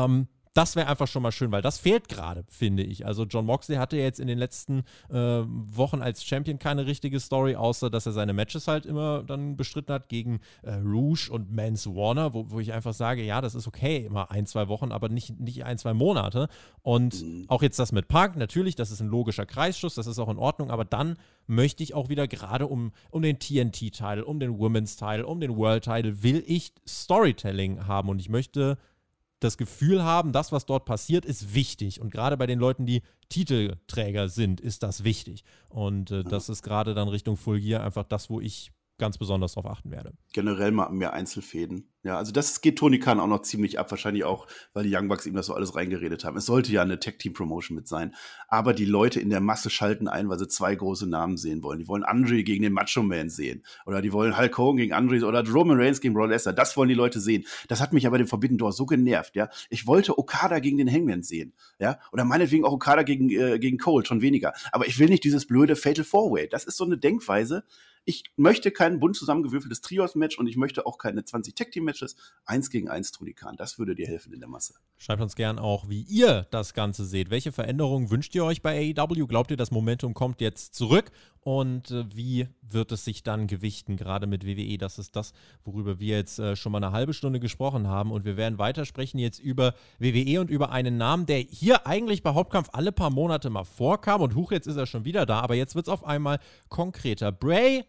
Das wäre einfach schon mal schön, weil das fehlt gerade, finde ich. Also Jon Moxley hatte jetzt in den letzten Wochen als Champion keine richtige Story, außer dass er seine Matches halt immer dann bestritten hat gegen Rouge und Mance Warner, wo ich einfach sage, ja, das ist okay, immer 1-2 Wochen, aber nicht 1-2 Monate. Und auch jetzt das mit Punk, natürlich, das ist ein logischer Kreisschuss, das ist auch in Ordnung, aber dann möchte ich auch wieder gerade um den TNT-Title, um den Women's-Title, um den World-Title, will ich Storytelling haben und ich möchte das Gefühl haben, das, was dort passiert, ist wichtig. Und gerade bei den Leuten, die Titelträger sind, ist das wichtig. Und das ist gerade dann Richtung Full Gear einfach das, wo ich ganz besonders darauf achten werde. Generell mal mehr Einzelfäden. Ja, also das geht Tony Khan auch noch ziemlich ab, wahrscheinlich auch, weil die Young Bucks ihm das so alles reingeredet haben. Es sollte ja eine Tag-Team-Promotion mit sein, aber die Leute in der Masse schalten ein, weil sie 2 große Namen sehen wollen. Die wollen Andre gegen den Macho Man sehen oder die wollen Hulk Hogan gegen Andre oder Roman Reigns gegen Brock Lesnar. Das wollen die Leute sehen. Das hat mich aber dem Forbidden Door so genervt, ja. Ich wollte Okada gegen den Hangman sehen, ja, oder meinetwegen auch Okada gegen Cole, schon weniger. Aber ich will nicht dieses blöde Fatal 4-Way. Das ist so eine Denkweise. Ich möchte kein bunt zusammengewürfeltes Trios-Match und ich möchte auch keine 20 Tag-Team-Matches. 1 gegen 1, Tony Khan. Das würde dir helfen in der Masse. Schreibt uns gern auch, wie ihr das Ganze seht. Welche Veränderungen wünscht ihr euch bei AEW? Glaubt ihr, das Momentum kommt jetzt zurück? Und wie wird es sich dann gewichten, gerade mit WWE? Das ist das, worüber wir jetzt schon mal eine halbe Stunde gesprochen haben. Und wir werden weitersprechen jetzt über WWE und über einen Namen, der hier eigentlich bei Hauptkampf alle paar Monate mal vorkam. Und huch, jetzt ist er schon wieder da. Aber jetzt wird es auf einmal konkreter. Bray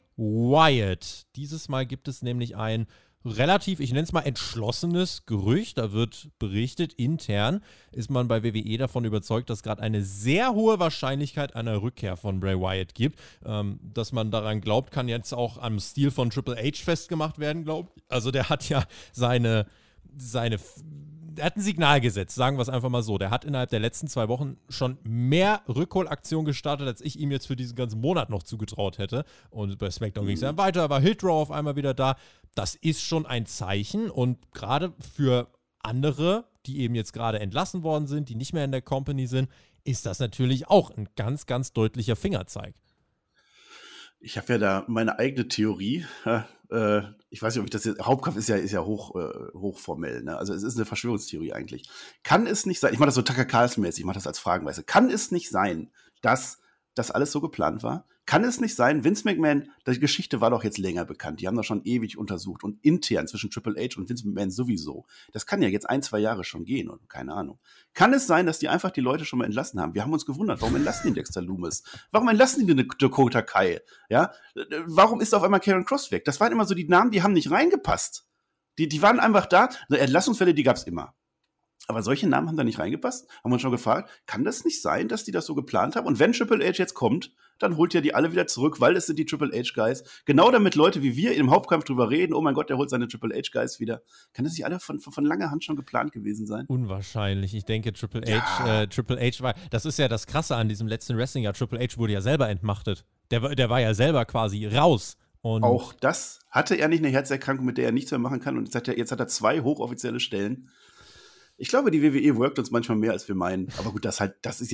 Wyatt. Dieses Mal gibt es nämlich ein relativ, ich nenne es mal entschlossenes Gerücht. Da wird berichtet, intern ist man bei WWE davon überzeugt, dass gerade eine sehr hohe Wahrscheinlichkeit einer Rückkehr von Bray Wyatt gibt. Dass man daran glaubt, kann jetzt auch am Stil von Triple H festgemacht werden, glaube ich. Also der hat ja er hat ein Signal gesetzt, sagen wir es einfach mal so. Der hat innerhalb der letzten 2 Wochen schon mehr Rückholaktionen gestartet, als ich ihm jetzt für diesen ganzen Monat noch zugetraut hätte. Und bei SmackDown ging es dann weiter, war Hit Raw auf einmal wieder da. Das ist schon ein Zeichen und gerade für andere, die eben jetzt gerade entlassen worden sind, die nicht mehr in der Company sind, ist das natürlich auch ein ganz, ganz deutlicher Fingerzeig. Ich habe ja da meine eigene Theorie. Ich weiß nicht, ob ich das jetzt. Hauptkampf ist ja hochformell, ne? Also es ist eine Verschwörungstheorie eigentlich. Kann es nicht sein, ich mache das so Tucker Carlson-mäßig, ich mache das als Fragenweise. Kann es nicht sein, dass das alles so geplant war? Kann es nicht sein, Vince McMahon, die Geschichte war doch jetzt länger bekannt, die haben das schon ewig untersucht und intern zwischen Triple H und Vince McMahon sowieso. Das kann ja jetzt 1-2 Jahre schon gehen und keine Ahnung. Kann es sein, dass die einfach die Leute schon mal entlassen haben? Wir haben uns gewundert, warum entlassen die Dexter Lumis? Warum entlassen die den Dakota Kai? Ja? Warum ist auf einmal Karrion Kross weg? Das waren immer so die Namen, die haben nicht reingepasst. Die waren einfach da. Also Entlassungsfälle, die gab's immer. Aber solche Namen haben da nicht reingepasst. Haben wir uns schon gefragt, kann das nicht sein, dass die das so geplant haben? Und wenn Triple H jetzt kommt, dann holt er die alle wieder zurück, weil es sind die Triple H-Guys. Genau damit Leute wie wir im Hauptkampf drüber reden, oh mein Gott, der holt seine Triple H-Guys wieder. Kann das nicht alle von langer Hand schon geplant gewesen sein? Unwahrscheinlich. Ich denke, Triple H war, das ist ja das Krasse an diesem letzten Wrestling-Jahr. Triple H wurde ja selber entmachtet. Der war ja selber quasi raus Und auch das hatte er nicht eine Herzerkrankung, mit der er nichts mehr machen kann. Und jetzt hat er 2 hochoffizielle Stellen. Ich glaube, die WWE workt uns manchmal mehr, als wir meinen. Aber gut, es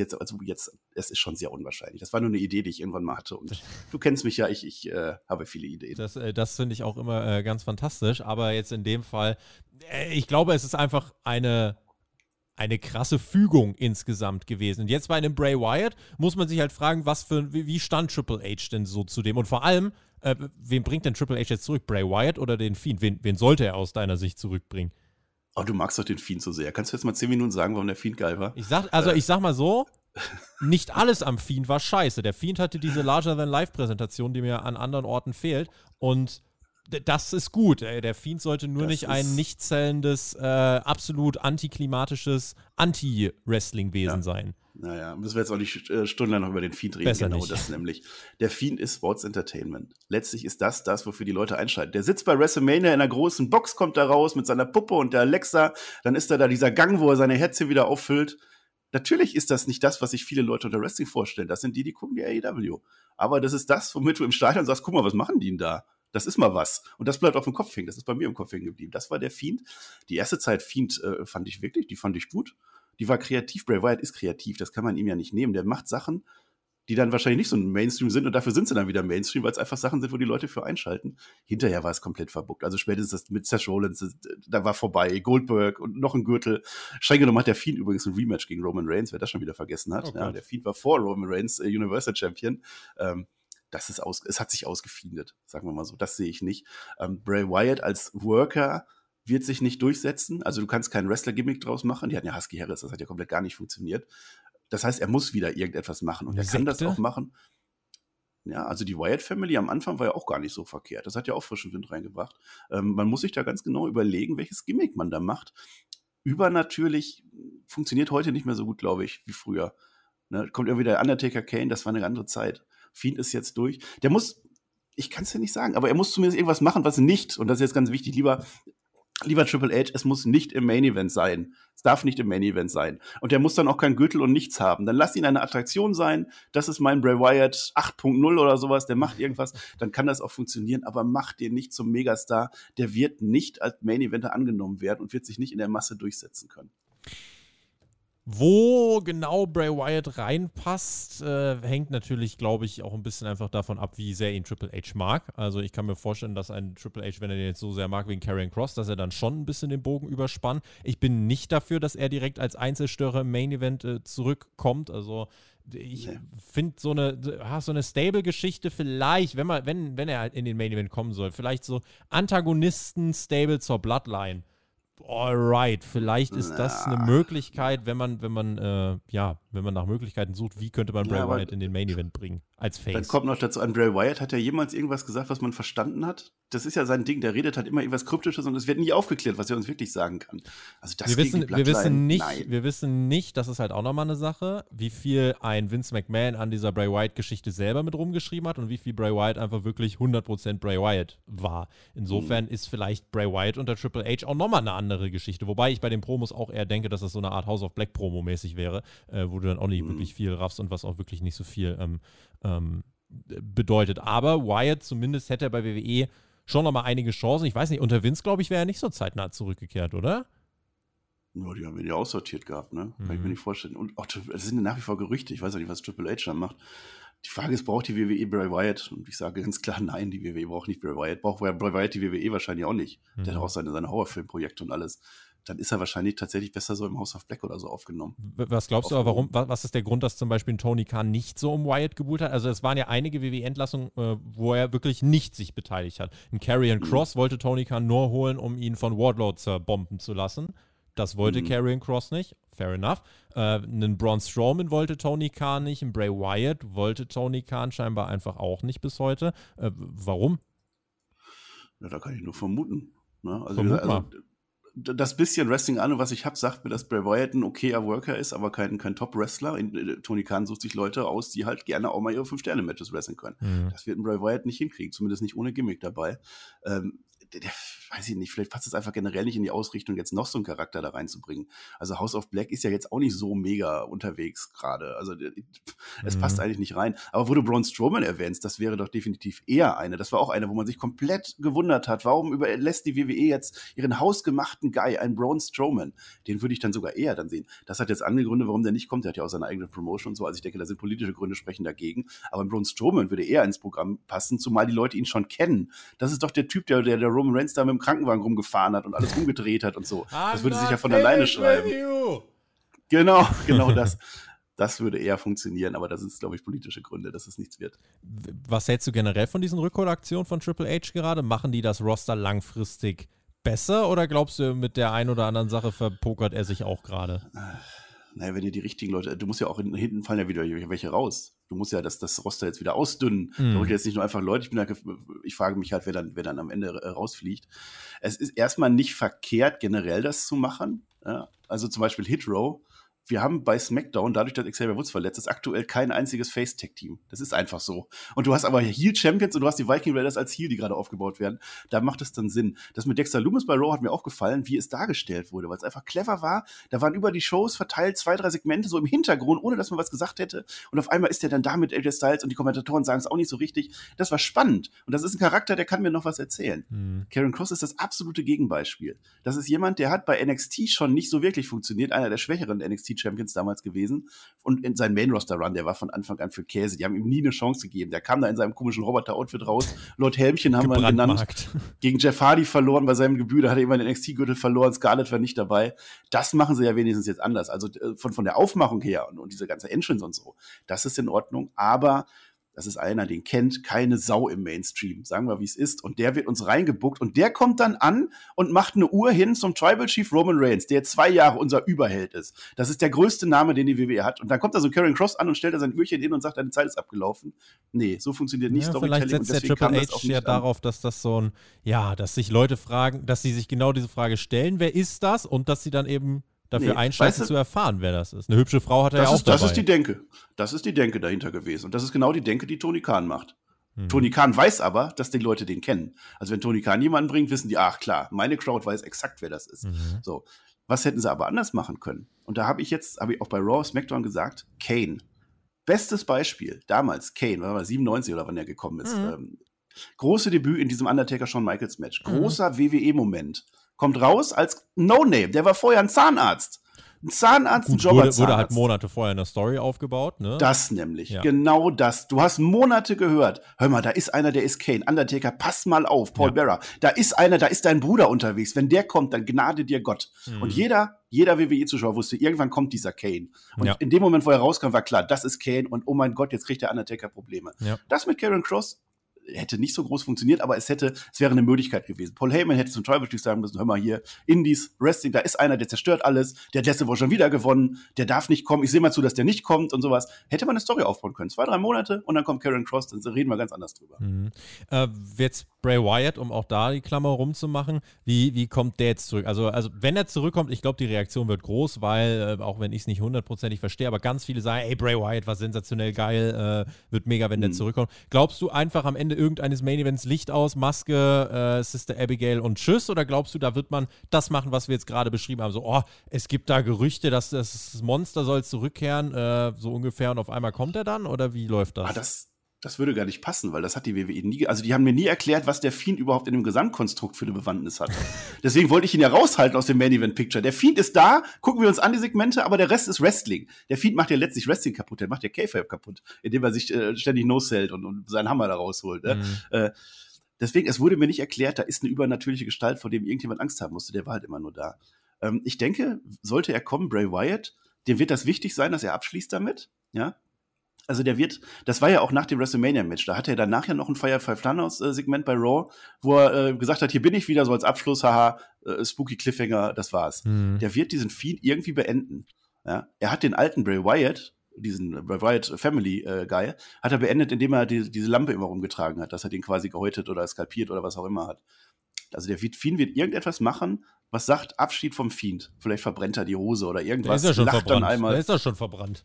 ist schon sehr unwahrscheinlich. Das war nur eine Idee, die ich irgendwann mal hatte. Und du kennst mich ja, ich habe viele Ideen. Das finde ich auch immer ganz fantastisch. Aber jetzt in dem Fall, ich glaube, es ist einfach eine krasse Fügung insgesamt gewesen. Und jetzt bei einem Bray Wyatt muss man sich halt fragen, wie stand Triple H denn so zu dem? Und vor allem, wen bringt denn Triple H jetzt zurück? Bray Wyatt oder den Fiend? Wen sollte er aus deiner Sicht zurückbringen? Oh, du magst doch den Fiend so sehr. Kannst du jetzt mal 10 Minuten sagen, warum der Fiend geil war? Ich sag mal so, nicht alles am Fiend war scheiße. Der Fiend hatte diese Larger-than-Life-Präsentation, die mir an anderen Orten fehlt. Und das ist gut. Der Fiend sollte nur nicht ein nicht zählendes, absolut antiklimatisches Anti-Wrestling-Wesen sein. Naja, müssen wir jetzt auch nicht stundenlang noch über den Fiend reden. Besser genau nicht. Das nämlich. Der Fiend ist Sports Entertainment. Letztlich ist das, wofür die Leute einschalten. Der sitzt bei WrestleMania in einer großen Box, kommt da raus mit seiner Puppe und der Alexa. Dann ist da dieser Gang, wo er seine Herzen wieder auffüllt. Natürlich ist das nicht das, was sich viele Leute unter Wrestling vorstellen. Das sind die gucken die AEW. Aber das ist das, womit du im Stadion sagst, guck mal, was machen die denn da? Das ist mal was. Und das bleibt auf dem Kopf hängen. Das ist bei mir im Kopf hängen geblieben. Das war der Fiend. Die erste Zeit Fiend fand ich gut. Die war kreativ. Bray Wyatt ist kreativ. Das kann man ihm ja nicht nehmen. Der macht Sachen, die dann wahrscheinlich nicht so ein Mainstream sind. Und dafür sind sie dann wieder Mainstream, weil es einfach Sachen sind, wo die Leute für einschalten. Hinterher war es komplett verbuckt. Also spätestens das mit Seth Rollins, da war vorbei. Goldberg und noch ein Gürtel. Streng genommen hat der Fiend übrigens ein Rematch gegen Roman Reigns, wer das schon wieder vergessen hat. Ja, der Fiend war vor Roman Reigns Universal Champion. Es hat sich ausgefiendet, sagen wir mal so. Das sehe ich nicht. Bray Wyatt als Worker wird sich nicht durchsetzen. Also du kannst kein Wrestler-Gimmick draus machen. Die hatten ja Husky Harris, das hat ja komplett gar nicht funktioniert. Das heißt, er muss wieder irgendetwas machen. Und er kann das auch machen. Ja, also die Wyatt-Family am Anfang war ja auch gar nicht so verkehrt. Das hat ja auch frischen Wind reingebracht. Man muss sich da ganz genau überlegen, welches Gimmick man da macht. Übernatürlich funktioniert heute nicht mehr so gut, glaube ich, wie früher. Ne, kommt irgendwie der Undertaker Kane, das war eine andere Zeit. Fiend ist jetzt durch. Der muss, ich kann es ja nicht sagen, aber er muss zumindest irgendwas machen, was nicht, und das ist jetzt ganz wichtig, lieber Triple H, es muss nicht im Main Event sein. Es darf nicht im Main Event sein. Und der muss dann auch kein Gürtel und nichts haben. Dann lass ihn eine Attraktion sein. Das ist mein Bray Wyatt 8.0 oder sowas. Der macht irgendwas. Dann kann das auch funktionieren. Aber mach den nicht zum Megastar. Der wird nicht als Main Eventer angenommen werden und wird sich nicht in der Masse durchsetzen können. Wo genau Bray Wyatt reinpasst, hängt natürlich, glaube ich, auch ein bisschen einfach davon ab, wie sehr ihn Triple H mag. Also ich kann mir vorstellen, dass ein Triple H, wenn er den jetzt so sehr mag wie Karrion Kross, dass er dann schon ein bisschen den Bogen überspannt. Ich bin nicht dafür, dass er direkt als Einzelstörer im Main Event zurückkommt. Also ich finde so eine Stable-Geschichte vielleicht, wenn er halt in den Main Event kommen soll, vielleicht so Antagonisten-Stable zur Bloodline. Alright, vielleicht ist das eine Möglichkeit, wenn man nach Möglichkeiten sucht, wie könnte man Bray Wyatt in den Main Event bringen, als Face. Dann kommt noch dazu an, Bray Wyatt, hat er jemals irgendwas gesagt, was man verstanden hat? Das ist ja sein Ding, der redet halt immer irgendwas Kryptisches und es wird nie aufgeklärt, was er uns wirklich sagen kann. Also das wir wissen nicht, das ist halt auch nochmal eine Sache, wie viel ein Vince McMahon an dieser Bray Wyatt-Geschichte selber mit rumgeschrieben hat und wie viel Bray Wyatt einfach wirklich 100% Bray Wyatt war. Insofern ist vielleicht Bray Wyatt unter Triple H auch nochmal eine andere Geschichte, wobei ich bei den Promos auch eher denke, dass das so eine Art House of Black Promo-mäßig wäre, wo du dann auch nicht wirklich viel raffst und was auch wirklich nicht so viel bedeutet. Aber Wyatt zumindest hätte er bei WWE schon noch mal einige Chancen. Ich weiß nicht, unter Vince, glaube ich, wäre er nicht so zeitnah zurückgekehrt, oder? Ja, die haben ihn ja aussortiert gehabt, ne? Kann ich mir nicht vorstellen. Und auch, das sind nach wie vor Gerüchte. Ich weiß auch nicht, was Triple H da macht. Die Frage ist, braucht die WWE Bray Wyatt? Und ich sage ganz klar, nein, die WWE braucht nicht Bray Wyatt. Braucht Bray Wyatt die WWE wahrscheinlich auch nicht. Der hat auch seine Horrorfilmprojekte und alles. Dann ist er wahrscheinlich tatsächlich besser so im House of Black oder so aufgenommen. Was glaubst du aber, warum? Was ist der Grund, dass zum Beispiel ein Tony Khan nicht so um Wyatt gebuhlt hat? Also es waren ja einige WWE-Entlassungen, wo er wirklich nicht sich beteiligt hat. Ein Karrion Kross wollte Tony Khan nur holen, um ihn von Wardlow zerbomben zu lassen. Das wollte Karrion Kross nicht. Fair enough. Einen Braun Strowman wollte Tony Khan nicht. Ein Bray Wyatt wollte Tony Khan scheinbar einfach auch nicht bis heute. Warum? Ja, da kann ich nur vermuten. Ne? Also das bisschen Wrestling an, was ich habe, sagt mir, dass Bray Wyatt ein okayer Worker ist, aber kein Top-Wrestler. Tony Khan sucht sich Leute aus, die halt gerne auch mal ihre 5-Sterne-Matches wresteln können. Das wird ein Bray Wyatt nicht hinkriegen, zumindest nicht ohne Gimmick dabei. weiß ich nicht, vielleicht passt es einfach generell nicht in die Ausrichtung, jetzt noch so einen Charakter da reinzubringen. Also House of Black ist ja jetzt auch nicht so mega unterwegs gerade. Also es passt eigentlich nicht rein. Aber wo du Braun Strowman erwähnst, das wäre doch definitiv eher eine. Das war auch eine, wo man sich komplett gewundert hat, warum überlässt die WWE jetzt ihren hausgemachten Guy, einen Braun Strowman? Den würde ich dann sogar eher dann sehen. Das hat jetzt andere Gründe, warum der nicht kommt. Der hat ja auch seine eigene Promotion und so. Also ich denke, da sind politische Gründe, sprechen dagegen. Aber Braun Strowman würde eher ins Programm passen, zumal die Leute ihn schon kennen. Das ist doch der Typ, der Roman Reigns da mit dem Krankenwagen rumgefahren hat und alles umgedreht hat und so. Das würde sich ja von alleine schreiben. Genau das. Das würde eher funktionieren, aber das sind, glaube ich, politische Gründe, dass es nichts wird. Was hältst du generell von diesen Rückholaktionen von Triple H gerade? Machen die das Roster langfristig besser oder glaubst du, mit der einen oder anderen Sache verpokert er sich auch gerade? Naja, wenn ihr die richtigen Leute, du musst ja auch hinten fallen ja wieder welche raus. Du musst ja das Roster jetzt wieder ausdünnen. Da wollt ihr jetzt nicht nur einfach Leute, ich frage mich halt, wer dann am Ende rausfliegt. Es ist erstmal nicht verkehrt, generell das zu machen. Ja? Also zum Beispiel Hit Row. Wir haben bei SmackDown, dadurch, dass Xavier Woods verletzt ist, aktuell kein einziges Face-Tag-Team. Das ist einfach so. Und du hast aber Heel-Champions und du hast die Viking Raiders als Heel, die gerade aufgebaut werden. Da macht es dann Sinn. Das mit Dexter Lumis bei Raw hat mir auch gefallen, wie es dargestellt wurde, weil es einfach clever war. Da waren über die Shows verteilt 2, 3 Segmente so im Hintergrund, ohne dass man was gesagt hätte. Und auf einmal ist der dann da mit AJ Styles und die Kommentatoren sagen es auch nicht so richtig. Das war spannend. Und das ist ein Charakter, der kann mir noch was erzählen. Karrion Kross ist das absolute Gegenbeispiel. Das ist jemand, der hat bei NXT schon nicht so wirklich funktioniert. Einer der schwächeren NXT-Champions damals gewesen. Und in seinem Main-Roster-Run, der war von Anfang an für Käse. Die haben ihm nie eine Chance gegeben. Der kam da in seinem komischen Roboter-Outfit raus. Lord Helmchen haben wir ihn genannt. Gegen Jeff Hardy verloren bei seinem Debüt. Da hat er immer den NXT-Gürtel verloren. Scarlett war nicht dabei. Das machen sie ja wenigstens jetzt anders. Also von der Aufmachung her und diese ganze Entrance und so. Das ist in Ordnung. Aber das ist einer, den kennt keine Sau im Mainstream. Sagen wir, wie es ist. Und der wird uns reingebuckt. Und der kommt dann an und macht eine Uhr hin zum Tribal Chief Roman Reigns, der 2 Jahre unser Überheld ist. Das ist der größte Name, den die WWE hat. Und dann kommt da so Karrion Kross an und stellt da sein Uhrchen hin und sagt, deine Zeit ist abgelaufen. Nee, so funktioniert nicht Storytelling. Vielleicht setzt der Triple H ja darauf, dass das so ein, dass sich Leute fragen, dass sie sich genau diese Frage stellen, wer ist das? Und dass sie dann eben dafür einschalten, zu erfahren, wer das ist. Eine hübsche Frau hat er ja auch dabei. Das ist die Denke. Das ist die Denke dahinter gewesen. Und das ist genau die Denke, die Tony Khan macht. Tony Khan weiß aber, dass die Leute den kennen. Also wenn Tony Khan jemanden bringt, wissen die, ach klar, meine Crowd weiß exakt, wer das ist. So. Was hätten sie aber anders machen können? Und da habe ich auch bei Raw, SmackDown gesagt, Kane. Bestes Beispiel. Damals, Kane, war 97 oder wann er gekommen ist. Große Debüt in diesem Undertaker-Shawn Michaels Match. Großer WWE-Moment. Kommt raus als No-Name. Der war vorher ein Zahnarzt. Ein Zahnarzt, ein Jobber-Zahnarzt. Wurde halt Monate vorher eine Story aufgebaut, ne? Das nämlich. Genau das. Du hast Monate gehört. Hör mal, da ist einer, der ist Kane. Undertaker, pass mal auf. Paul Bearer. Da ist einer, da ist dein Bruder unterwegs. Wenn der kommt, dann gnade dir Gott. Und jeder WWE-Zuschauer wusste, irgendwann kommt dieser Kane. Und in dem Moment, wo er rauskam, war klar, das ist Kane. Und oh mein Gott, jetzt kriegt der Undertaker Probleme. Das mit Karrion Kross hätte nicht so groß funktioniert, aber es wäre eine Möglichkeit gewesen. Paul Heyman hätte zum Tribal Chief sagen müssen, hör mal hier, Indies, Wrestling, da ist einer, der zerstört alles, der hat letzte Woche schon wieder gewonnen, der darf nicht kommen, ich sehe mal zu, dass der nicht kommt und sowas. Hätte man eine Story aufbauen können, 2, 3 Monate und dann kommt Karrion Kross, dann reden wir ganz anders drüber. Jetzt Bray Wyatt, um auch da die Klammer rumzumachen, wie kommt der jetzt zurück? Also wenn er zurückkommt, ich glaube, die Reaktion wird groß, weil, auch wenn ich es nicht 100%ig verstehe, aber ganz viele sagen, ey, Bray Wyatt war sensationell geil, wird mega, wenn der zurückkommt. Glaubst du einfach am Ende irgendeines Main Events Licht aus, Maske, Sister Abigail und Tschüss? Oder glaubst du, da wird man das machen, was wir jetzt gerade beschrieben haben? So, es gibt da Gerüchte, dass das Monster soll zurückkehren, so ungefähr, und auf einmal kommt er dann? Oder wie läuft das? Das würde gar nicht passen, weil das hat die WWE nie, also die haben mir nie erklärt, was der Fiend überhaupt in dem Gesamtkonstrukt für eine Bewandtnis hat. Deswegen wollte ich ihn ja raushalten aus dem Main Event Picture. Der Fiend ist da, gucken wir uns an die Segmente, aber der Rest ist Wrestling. Der Fiend macht ja letztlich Wrestling kaputt, der macht ja K-Fabe kaputt, indem er sich ständig no-sellt und seinen Hammer da rausholt. Ne? Deswegen, es wurde mir nicht erklärt, da ist eine übernatürliche Gestalt, vor dem irgendjemand Angst haben musste, der war halt immer nur da. Ich denke, sollte er kommen, Bray Wyatt, dem wird das wichtig sein, dass er abschließt damit, ja. Also das war ja auch nach dem WrestleMania-Match, da hatte er danach ja noch ein Firefly Funhouse-Segment bei Raw, wo er gesagt hat, hier bin ich wieder, so als Abschluss, haha, Spooky Cliffhanger, das war's. Der wird diesen Feed irgendwie beenden. Ja? Er hat den alten Bray Wyatt, diesen Bray Wyatt Family Guy, hat er beendet, indem er diese Lampe immer rumgetragen hat, dass er den quasi gehäutet oder skalpiert oder was auch immer hat. Also der Fiend wird irgendetwas machen, was sagt, Abschied vom Fiend. Vielleicht verbrennt er die Hose oder irgendwas. Der ist ja schon verbrannt. Der ist ja schon verbrannt.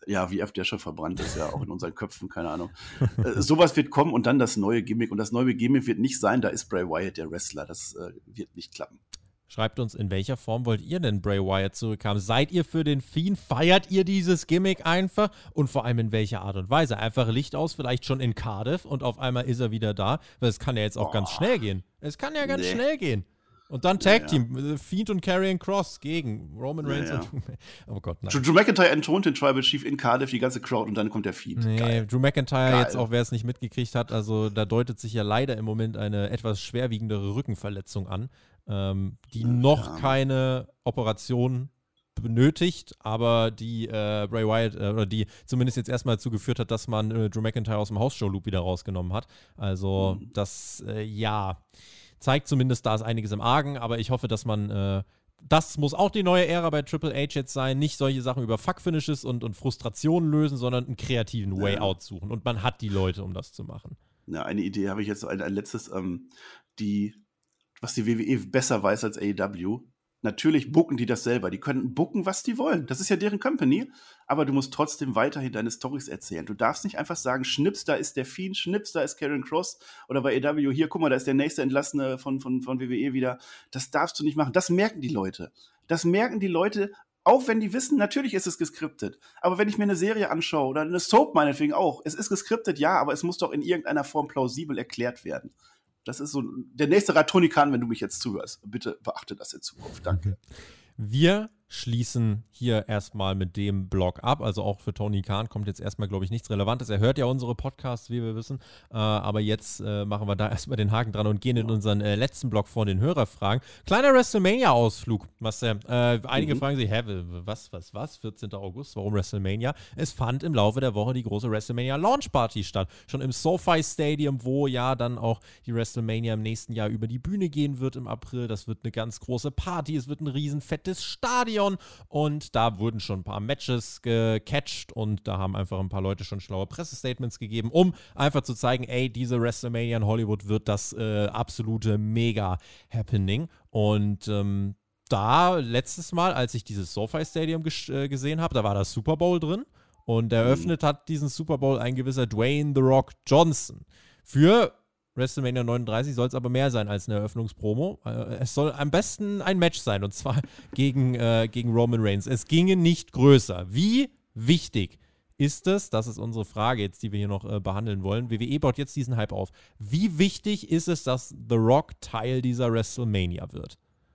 Ja, wie oft der schon verbrannt ist, ja, auch in unseren Köpfen, keine Ahnung. Sowas wird kommen und dann das neue Gimmick. Und das neue Gimmick wird nicht sein, da ist Bray Wyatt der Wrestler. Das wird nicht klappen. Schreibt uns, in welcher Form wollt ihr denn Bray Wyatt zurückhaben? Seid ihr für den Fiend? Feiert ihr dieses Gimmick einfach? Und vor allem in welcher Art und Weise? Einfach Licht aus, vielleicht schon in Cardiff und auf einmal ist er wieder da. Weil es kann ja jetzt auch ganz schnell gehen. Es kann ja ganz schnell gehen. Und dann Tag-Team, Fiend und Karrion Kross gegen Roman Reigns und oh Gott, nein. Drew McIntyre entthront den Tribal Chief in Cardiff, die ganze Crowd und dann kommt der Fiend. Nee, geil. Drew McIntyre geil. Jetzt auch, wer es nicht mitgekriegt hat, also da deutet sich ja leider im Moment eine etwas schwerwiegendere Rückenverletzung an, die noch keine Operation benötigt, aber die Bray Wyatt oder die zumindest jetzt erstmal dazu geführt hat, dass man Drew McIntyre aus dem House-Show-Loop wieder rausgenommen hat. Also das, zeigt zumindest, da ist einiges im Argen, aber ich hoffe, dass man das muss auch die neue Ära bei Triple H jetzt sein, nicht solche Sachen über Fuck-Finishes und Frustrationen lösen, sondern einen kreativen Way-Out suchen. Und man hat die Leute, um das zu machen. Ja, eine Idee habe ich jetzt, ein letztes, was die WWE besser weiß als AEW. Natürlich booken die das selber. Die können booken, was die wollen. Das ist ja deren Company. Aber du musst trotzdem weiterhin deine Storys erzählen. Du darfst nicht einfach sagen, schnips, da ist der Fiend, schnips, da ist Karrion Kross. Oder bei AEW, hier, guck mal, da ist der nächste Entlassene von WWE wieder. Das darfst du nicht machen. Das merken die Leute. Auch wenn die wissen, natürlich ist es geskriptet. Aber wenn ich mir eine Serie anschaue oder eine Soap meinetwegen auch, es ist geskriptet, ja, aber es muss doch in irgendeiner Form plausibel erklärt werden. Das ist so der nächste Rat, Tony Khan, wenn du mich jetzt zuhörst. Bitte beachte das in Zukunft. Danke. Wir schließen hier erstmal mit dem Blog ab. Also auch für Tony Khan kommt jetzt erstmal, glaube ich, nichts Relevantes. Er hört ja unsere Podcasts, wie wir wissen. Aber jetzt machen wir da erstmal den Haken dran und gehen in unseren letzten Blog vor den Hörerfragen. Kleiner WrestleMania-Ausflug. Einige fragen sich, was? 14. August, warum WrestleMania? Es fand im Laufe der Woche die große WrestleMania-Launch-Party statt. Schon im SoFi Stadium, wo ja dann auch die WrestleMania im nächsten Jahr über die Bühne gehen wird im April. Das wird eine ganz große Party. Es wird ein riesen fettes Stadion. Und da wurden schon ein paar Matches gecatcht und da haben einfach ein paar Leute schon schlaue Pressestatements gegeben, um einfach zu zeigen, ey, diese WrestleMania in Hollywood wird das absolute Mega-Happening. Und da letztes Mal, als ich dieses SoFi Stadium gesehen habe, da war das Super Bowl drin und eröffnet hat diesen Super Bowl ein gewisser Dwayne The Rock Johnson. Für WrestleMania 39 soll es aber mehr sein als eine Eröffnungspromo. Es soll am besten ein Match sein, und zwar gegen Roman Reigns. Es ginge nicht größer. Wie wichtig ist es, das ist unsere Frage jetzt, die wir hier noch behandeln wollen, WWE baut jetzt diesen Hype auf. Wie wichtig ist es, dass The Rock Teil dieser WrestleMania wird?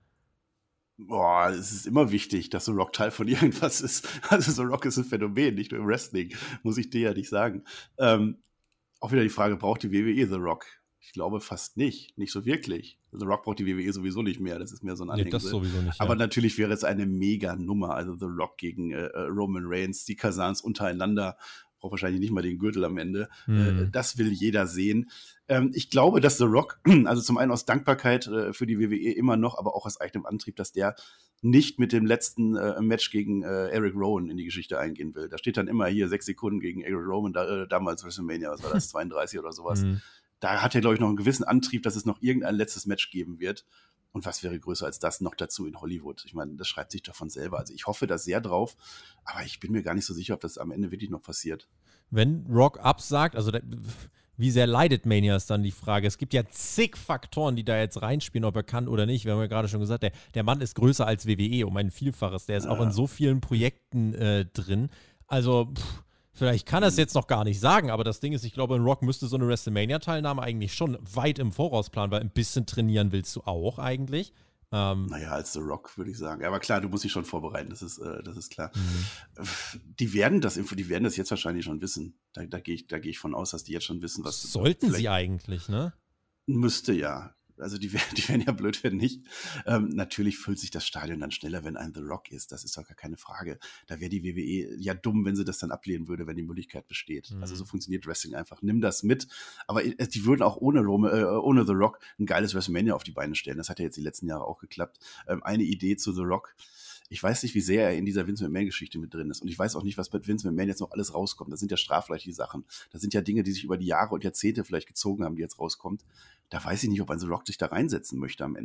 Boah, es ist immer wichtig, dass The Rock Teil von irgendwas ist. Also The Rock ist ein Phänomen, nicht nur im Wrestling, muss ich dir ja nicht sagen. Auch wieder die Frage, braucht die WWE The Rock? Ich glaube fast nicht so wirklich. The Rock braucht die WWE sowieso nicht mehr, das ist mehr so ein Anhängsel. Nee, das sowieso nicht, aber natürlich wäre es eine mega Nummer, also The Rock gegen Roman Reigns, die Kasans untereinander, braucht wahrscheinlich nicht mal den Gürtel am Ende. Das will jeder sehen. Ich glaube, dass The Rock, also zum einen aus Dankbarkeit für die WWE immer noch, aber auch aus eigenem Antrieb, dass der nicht mit dem letzten Match gegen Eric Rowan in die Geschichte eingehen will. Da steht dann immer hier 6 Sekunden gegen Eric Rowan, damals WrestleMania, was war das, 32 oder sowas. Da hat er, glaube ich, noch einen gewissen Antrieb, dass es noch irgendein letztes Match geben wird. Und was wäre größer als das noch dazu in Hollywood? Ich meine, das schreibt sich doch von selber. Also ich hoffe da sehr drauf, aber ich bin mir gar nicht so sicher, ob das am Ende wirklich noch passiert. Wenn Rock absagt, also wie sehr leidet Mania, ist dann die Frage. Es gibt ja zig Faktoren, die da jetzt reinspielen, ob er kann oder nicht. Wir haben ja gerade schon gesagt, der Mann ist größer als WWE um ein Vielfaches. Der ist auch in so vielen Projekten drin. Also, vielleicht kann er es jetzt noch gar nicht sagen, aber das Ding ist, ich glaube, ein Rock müsste so eine WrestleMania-Teilnahme eigentlich schon weit im Voraus planen, weil ein bisschen trainieren willst du auch eigentlich. Naja, als The Rock, würde ich sagen. Aber klar, du musst dich schon vorbereiten, das ist klar. Die werden das jetzt wahrscheinlich schon wissen. Da gehe ich von aus, dass die jetzt schon wissen, was... Sollten sie eigentlich, ne? Müsste ja. Also die wären ja blöd, wenn nicht. Natürlich füllt sich das Stadion dann schneller, wenn ein The Rock ist. Das ist doch gar keine Frage. Da wäre die WWE ja dumm, wenn sie das dann ablehnen würde, wenn die Möglichkeit besteht. Also so funktioniert Wrestling einfach. Nimm das mit. Aber die würden auch ohne The Rock ein geiles WrestleMania auf die Beine stellen. Das hat ja jetzt die letzten Jahre auch geklappt. Eine Idee zu The Rock. Ich weiß nicht, wie sehr er in dieser Vince McMahon-Geschichte mit drin ist. Und ich weiß auch nicht, was mit Vince McMahon jetzt noch alles rauskommt. Das sind ja strafrechtliche Sachen. Das sind ja Dinge, die sich über die Jahre und Jahrzehnte vielleicht gezogen haben, die jetzt rauskommt. Da weiß ich nicht, ob ein The Rock sich da reinsetzen möchte am Ende.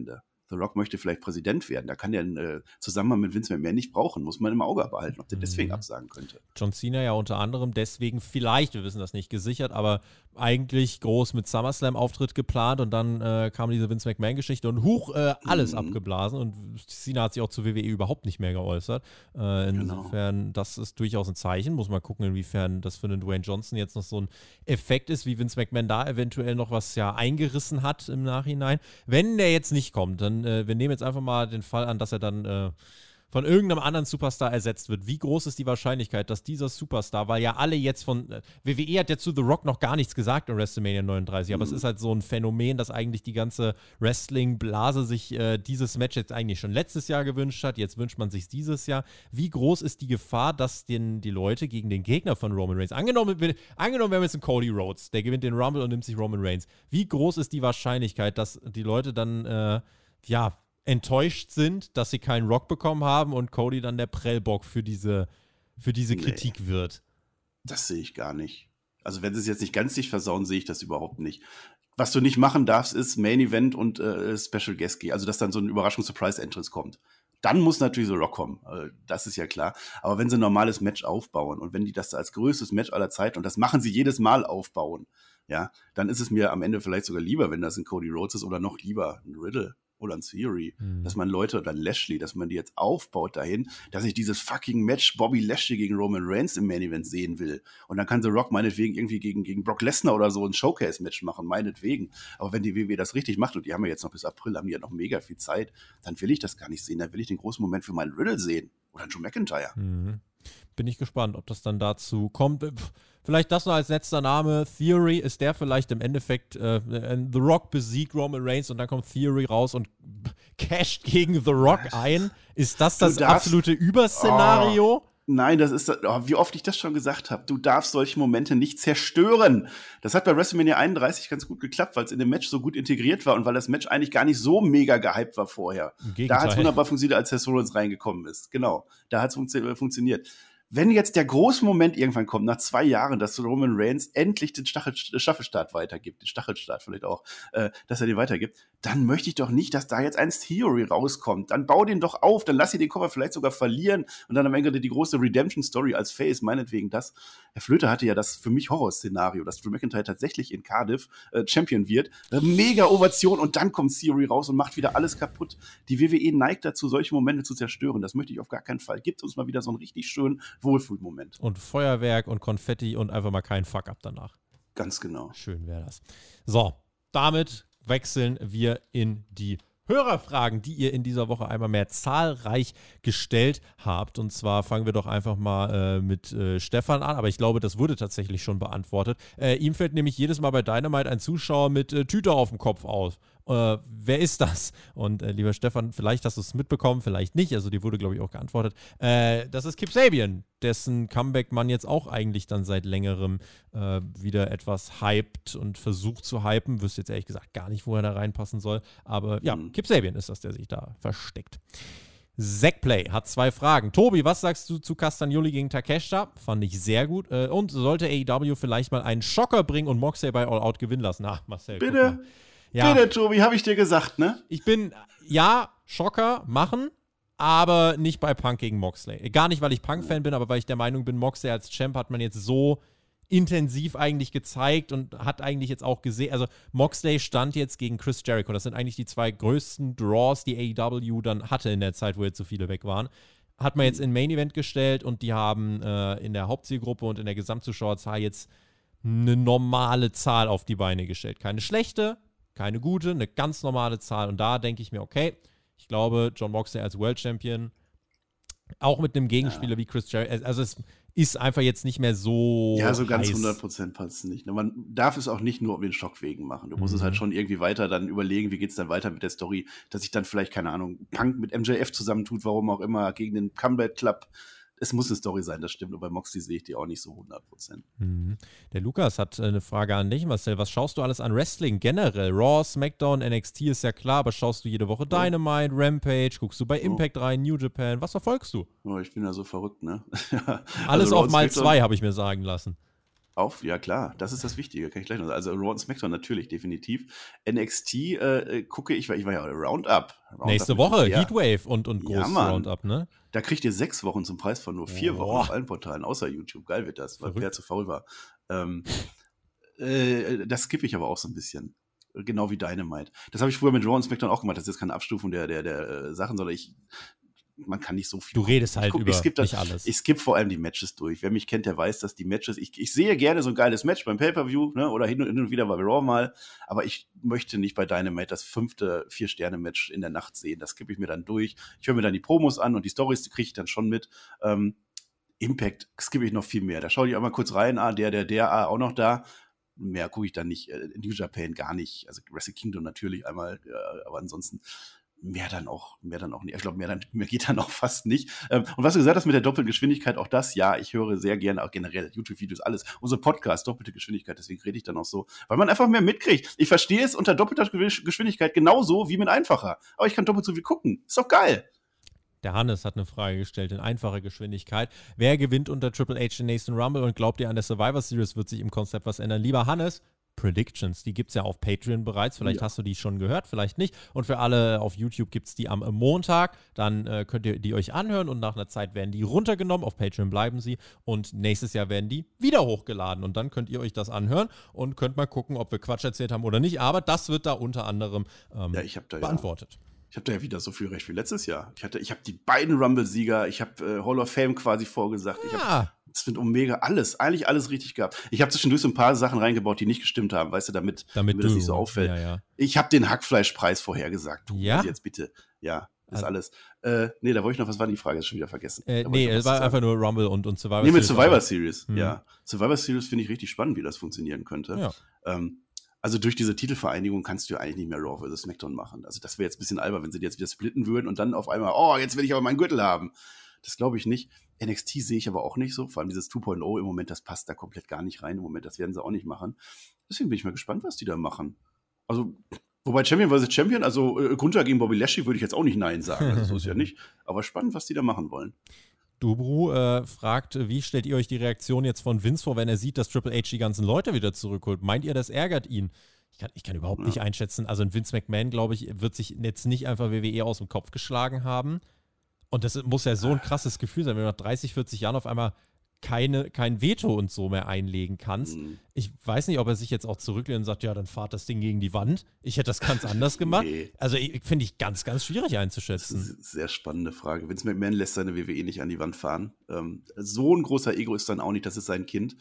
The Rock möchte vielleicht Präsident werden. Da kann der Zusammenhang mit Vince McMahon nicht brauchen. Muss man im Auge behalten, ob der deswegen absagen könnte. John Cena ja unter anderem deswegen vielleicht, wir wissen das nicht gesichert, aber eigentlich groß mit SummerSlam-Auftritt geplant und dann kam diese Vince McMahon-Geschichte und alles abgeblasen und Cena hat sich auch zur WWE überhaupt nicht mehr geäußert. Insofern, das ist durchaus ein Zeichen. Muss man gucken, inwiefern das für einen Dwayne Johnson jetzt noch so ein Effekt ist, wie Vince McMahon da eventuell noch was ja eingerissen hat im Nachhinein. Wenn der jetzt nicht kommt, dann wir nehmen jetzt einfach mal den Fall an, dass er dann von irgendeinem anderen Superstar ersetzt wird. Wie groß ist die Wahrscheinlichkeit, dass dieser Superstar, weil ja alle jetzt WWE hat ja zu The Rock noch gar nichts gesagt in WrestleMania 39, aber es ist halt so ein Phänomen, dass eigentlich die ganze Wrestling-Blase sich dieses Match jetzt eigentlich schon letztes Jahr gewünscht hat, jetzt wünscht man sich dieses Jahr. Wie groß ist die Gefahr, dass die Leute gegen den Gegner von Roman Reigns, angenommen wir haben jetzt einen Cody Rhodes, der gewinnt den Rumble und nimmt sich Roman Reigns, wie groß ist die Wahrscheinlichkeit, dass die Leute dann, enttäuscht sind, dass sie keinen Rock bekommen haben und Cody dann der Prellbock für diese Kritik wird? Das sehe ich gar nicht. Also wenn sie es jetzt nicht ganz dicht versauen, sehe ich das überhaupt nicht. Was du nicht machen darfst, ist Main Event und Special Guest Key, also dass dann so ein Überraschung-Surprise-Entrance kommt. Dann muss natürlich so Rock kommen, das ist ja klar. Aber wenn sie ein normales Match aufbauen und wenn die das als größtes Match aller Zeiten, und das machen sie jedes Mal aufbauen, ja, dann ist es mir am Ende vielleicht sogar lieber, wenn das ein Cody Rhodes ist oder noch lieber ein Riddle oder ein Theory, dass man Leute oder Lashley, dass man die jetzt aufbaut dahin, dass ich dieses fucking Match Bobby Lashley gegen Roman Reigns im Main Event sehen will. Und dann kann The Rock meinetwegen irgendwie gegen Brock Lesnar oder so ein Showcase-Match machen, meinetwegen. Aber wenn die WWE das richtig macht, und die haben ja jetzt noch bis April, haben die ja noch mega viel Zeit, dann will ich das gar nicht sehen. Dann will ich den großen Moment für meinen Riddle sehen. Oder Drew McIntyre. Bin ich gespannt, ob das dann dazu kommt. Vielleicht das noch als letzter Name. Theory, ist der vielleicht im Endeffekt The Rock besiegt Roman Reigns und dann kommt Theory raus und casht gegen The Rock ein? Ist das absolute Überszenario? Nein, das ist, wie oft ich das schon gesagt habe, du darfst solche Momente nicht zerstören. Das hat bei WrestleMania 31 ganz gut geklappt, weil es in dem Match so gut integriert war und weil das Match eigentlich gar nicht so mega gehypt war vorher. Da hat es wunderbar funktioniert, als Seth Rollins reingekommen ist. Genau, da hat es funktioniert. Wenn jetzt der große Moment irgendwann kommt, nach 2 Jahren, dass Roman Reigns endlich den Staffelstart weitergibt, den Stachelstart vielleicht auch, dass er den weitergibt, dann möchte ich doch nicht, dass da jetzt ein Theory rauskommt. Dann bau den doch auf, dann lass ihn den Cover vielleicht sogar verlieren und dann am Ende die große Redemption-Story als Face, meinetwegen das. Herr Flöter hatte ja das für mich Horrorszenario, dass Drew McIntyre tatsächlich in Cardiff Champion wird. Mega Ovation und dann kommt Theory raus und macht wieder alles kaputt. Die WWE neigt dazu, solche Momente zu zerstören. Das möchte ich auf gar keinen Fall. Gibt uns mal wieder so einen richtig schönen Wohlfühlmoment. Und Feuerwerk und Konfetti und einfach mal kein Fuck-up danach. Ganz genau. Schön wäre das. So, damit wechseln wir in die Hörerfragen, die ihr in dieser Woche einmal mehr zahlreich gestellt habt. Und zwar fangen wir doch einfach mal mit Stefan an, aber ich glaube, das wurde tatsächlich schon beantwortet. Ihm fällt nämlich jedes Mal bei Dynamite ein Zuschauer mit Tüte auf dem Kopf auf. Wer ist das? Und lieber Stefan, vielleicht hast du es mitbekommen, vielleicht nicht. Also die wurde, glaube ich, auch geantwortet. Das ist Kip Sabian, dessen Comeback man jetzt auch eigentlich dann seit längerem wieder etwas hypt und versucht zu hypen. Wüsste jetzt ehrlich gesagt gar nicht, wo er da reinpassen soll. Aber ja, Kip Sabian ist das, der sich da versteckt. Zackplay hat 2 Fragen. Tobi, was sagst du zu Castagnoli gegen Takeshita? Fand ich sehr gut. Und sollte AEW vielleicht mal einen Schocker bringen und Moxley bei All Out gewinnen lassen? Na, Marcel, bitte. Ja. Bitte, Tobi, habe ich dir gesagt, ne? Ich bin, Schocker machen, aber nicht bei Punk gegen Moxley. Gar nicht, weil ich Punk-Fan bin, aber weil ich der Meinung bin, Moxley als Champ hat man jetzt so intensiv eigentlich gezeigt und hat eigentlich jetzt auch gesehen, also Moxley stand jetzt gegen Chris Jericho. Das sind eigentlich die 2 größten Draws, die AEW dann hatte in der Zeit, wo jetzt so viele weg waren. Hat man jetzt in Main Event gestellt und die haben in der Hauptzielgruppe und in der Gesamtzuschauerzahl jetzt eine normale Zahl auf die Beine gestellt. Keine schlechte, keine gute, eine ganz normale Zahl. Und da denke ich mir, okay, ich glaube, Jon Moxley als World Champion, auch mit einem Gegenspieler wie Chris Jericho, also es ist einfach jetzt nicht mehr so ja, so ganz heiß. 100% passt es nicht. Man darf es auch nicht nur um den Schock wegen machen. Du musst es halt schon irgendwie weiter dann überlegen, wie geht es dann weiter mit der Story, dass sich dann vielleicht, keine Ahnung, Punk mit MJF zusammentut, warum auch immer, gegen den Comeback Club. Es muss eine Story sein, das stimmt. Und bei Moxley sehe ich die auch nicht so 100%. Der Lukas hat eine Frage an dich, Marcel. Was schaust du alles an Wrestling generell? Raw, SmackDown, NXT ist ja klar, aber schaust du jede Woche Dynamite, Rampage? Guckst du bei Impact rein, New Japan? Was verfolgst du? Ich bin ja so verrückt, ne? Alles also auf mal 2, habe ich mir sagen lassen. Ja klar, das ist das Wichtige, kann ich gleich noch sagen. Also Raw und SmackDown natürlich, definitiv. NXT gucke ich, weil ich war ja Roundup. Nächste Woche, Heatwave und großes Roundup, ne? Da kriegt ihr 6 Wochen zum Preis von nur 4 Wochen auf allen Portalen, außer YouTube. Geil wird das, weil wer zu faul war. Das skippe ich aber auch so ein bisschen. Genau wie Dynamite. Das habe ich früher mit Raw und SmackDown auch gemacht. Das ist jetzt keine Abstufung der Sachen, sondern man kann nicht so viel. Du redest halt über nicht alles. Ich skippe vor allem die Matches durch. Wer mich kennt, der weiß, dass die Matches, ich sehe gerne so ein geiles Match beim Pay-Per-View, ne, oder hin und wieder bei Raw mal, aber ich möchte nicht bei Dynamite das 5. 4-Sterne-Match in der Nacht sehen. Das skippe ich mir dann durch. Ich höre mir dann die Promos an und die Storys, die kriege ich dann schon mit. Impact skippe ich noch viel mehr. Da schaue ich einmal kurz rein, der auch noch da. Mehr gucke ich dann nicht. New Japan gar nicht. Also Wrestle Kingdom natürlich einmal, aber ansonsten mehr dann auch nicht. Ich glaube, mehr geht dann auch fast nicht. Und was du gesagt hast mit der doppelten Geschwindigkeit, auch das, ja, ich höre sehr gerne, auch generell YouTube-Videos, alles. Unser Podcast, doppelte Geschwindigkeit, deswegen rede ich dann auch so. Weil man einfach mehr mitkriegt. Ich verstehe es unter doppelter Geschwindigkeit genauso wie mit einfacher. Aber ich kann doppelt so viel gucken. Ist doch geil. Der Hannes hat eine Frage gestellt in einfacher Geschwindigkeit. Wer gewinnt unter Triple H den nächsten Rumble und glaubt ihr, an der Survivor Series wird sich im Konzept was ändern? Lieber Hannes, Predictions, die gibt es ja auf Patreon bereits. Vielleicht hast du die schon gehört, vielleicht nicht. Und für alle auf YouTube gibt es die am Montag. Dann könnt ihr die euch anhören und nach einer Zeit werden die runtergenommen. Auf Patreon bleiben sie. Und nächstes Jahr werden die wieder hochgeladen. Und dann könnt ihr euch das anhören und könnt mal gucken, ob wir Quatsch erzählt haben oder nicht. Aber das wird da unter anderem beantwortet. Ich habe da ja wieder so viel recht wie letztes Jahr. Ich habe die beiden Rumble-Sieger, ich habe Hall of Fame quasi vorgesagt. Ich habe mit Omega eigentlich alles richtig gehabt. Ich habe zwischendurch so ein paar Sachen reingebaut, die nicht gestimmt haben, weißt du, damit das nicht so auffällt. Ja. Ich habe den Hackfleischpreis vorhergesagt. Ja? Jetzt bitte. Ja, ist alles. Da wollte ich noch, was war die Frage? Das ist schon wieder vergessen. Es war einfach nur Rumble und Survivor Series. Mit Survivor Series, ja. Survivor Series finde ich richtig spannend, wie das funktionieren könnte. Ja. Also durch diese Titelvereinigung kannst du ja eigentlich nicht mehr Raw vs. SmackDown machen. Also das wäre jetzt ein bisschen albern, wenn sie jetzt wieder splitten würden und dann auf einmal, jetzt will ich aber meinen Gürtel haben. Das glaube ich nicht. NXT sehe ich aber auch nicht so. Vor allem dieses 2.0 im Moment, das passt da komplett gar nicht rein. Im Moment, das werden sie auch nicht machen. Deswegen bin ich mal gespannt, was die da machen. Also, wobei Champion vs. Champion, also Gunther gegen Bobby Lashley würde ich jetzt auch nicht Nein sagen. Also so ist ja nicht. Aber spannend, was die da machen wollen. Dubru fragt, wie stellt ihr euch die Reaktion jetzt von Vince vor, wenn er sieht, dass Triple H die ganzen Leute wieder zurückholt? Meint ihr, das ärgert ihn? Ich kann überhaupt nicht einschätzen. Also ein Vince McMahon, glaube ich, wird sich jetzt nicht einfach WWE aus dem Kopf geschlagen haben. Und das muss ja so ein krasses Gefühl sein, wenn du nach 30, 40 Jahren auf einmal kein Veto und so mehr einlegen kannst. Ich weiß nicht, ob er sich jetzt auch zurücklehnt und sagt, ja, dann fahrt das Ding gegen die Wand. Ich hätte das ganz anders gemacht. Nee. Also finde ich ganz, ganz schwierig einzuschätzen. Das ist eine sehr spannende Frage. Vince McMahon lässt seine WWE nicht an die Wand fahren. So ein großer Ego ist dann auch nicht, das ist sein Kind.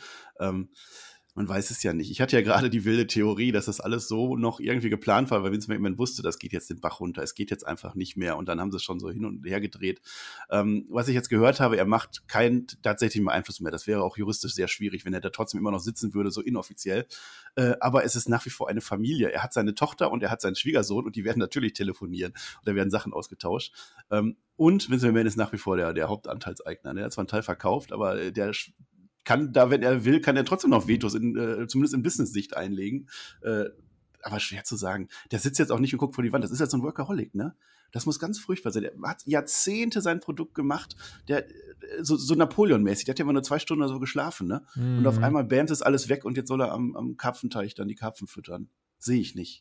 Man weiß es ja nicht. Ich hatte ja gerade die wilde Theorie, dass das alles so noch irgendwie geplant war, weil Vince McMahon wusste, das geht jetzt den Bach runter, es geht jetzt einfach nicht mehr und dann haben sie es schon so hin und her gedreht. Was ich jetzt gehört habe, er macht keinen tatsächlichen Einfluss mehr. Das wäre auch juristisch sehr schwierig, wenn er da trotzdem immer noch sitzen würde, so inoffiziell. Aber es ist nach wie vor eine Familie. Er hat seine Tochter und er hat seinen Schwiegersohn und die werden natürlich telefonieren und da werden Sachen ausgetauscht. Und Vince McMahon ist nach wie vor der Hauptanteilseigner. Er hat zwar einen Teil verkauft, aber der kann da, wenn er will, kann er trotzdem noch Vetos zumindest in Business-Sicht einlegen. Aber schwer zu sagen. Der sitzt jetzt auch nicht und guckt vor die Wand. Das ist jetzt so ein Workaholic, ne? Das muss ganz furchtbar sein. Der hat Jahrzehnte sein Produkt gemacht. Der so Napoleon-mäßig. Der hat ja immer nur 2 Stunden oder so geschlafen, ne? Und auf einmal bämt es alles weg und jetzt soll er am Karpfenteich dann die Karpfen füttern. Sehe ich nicht.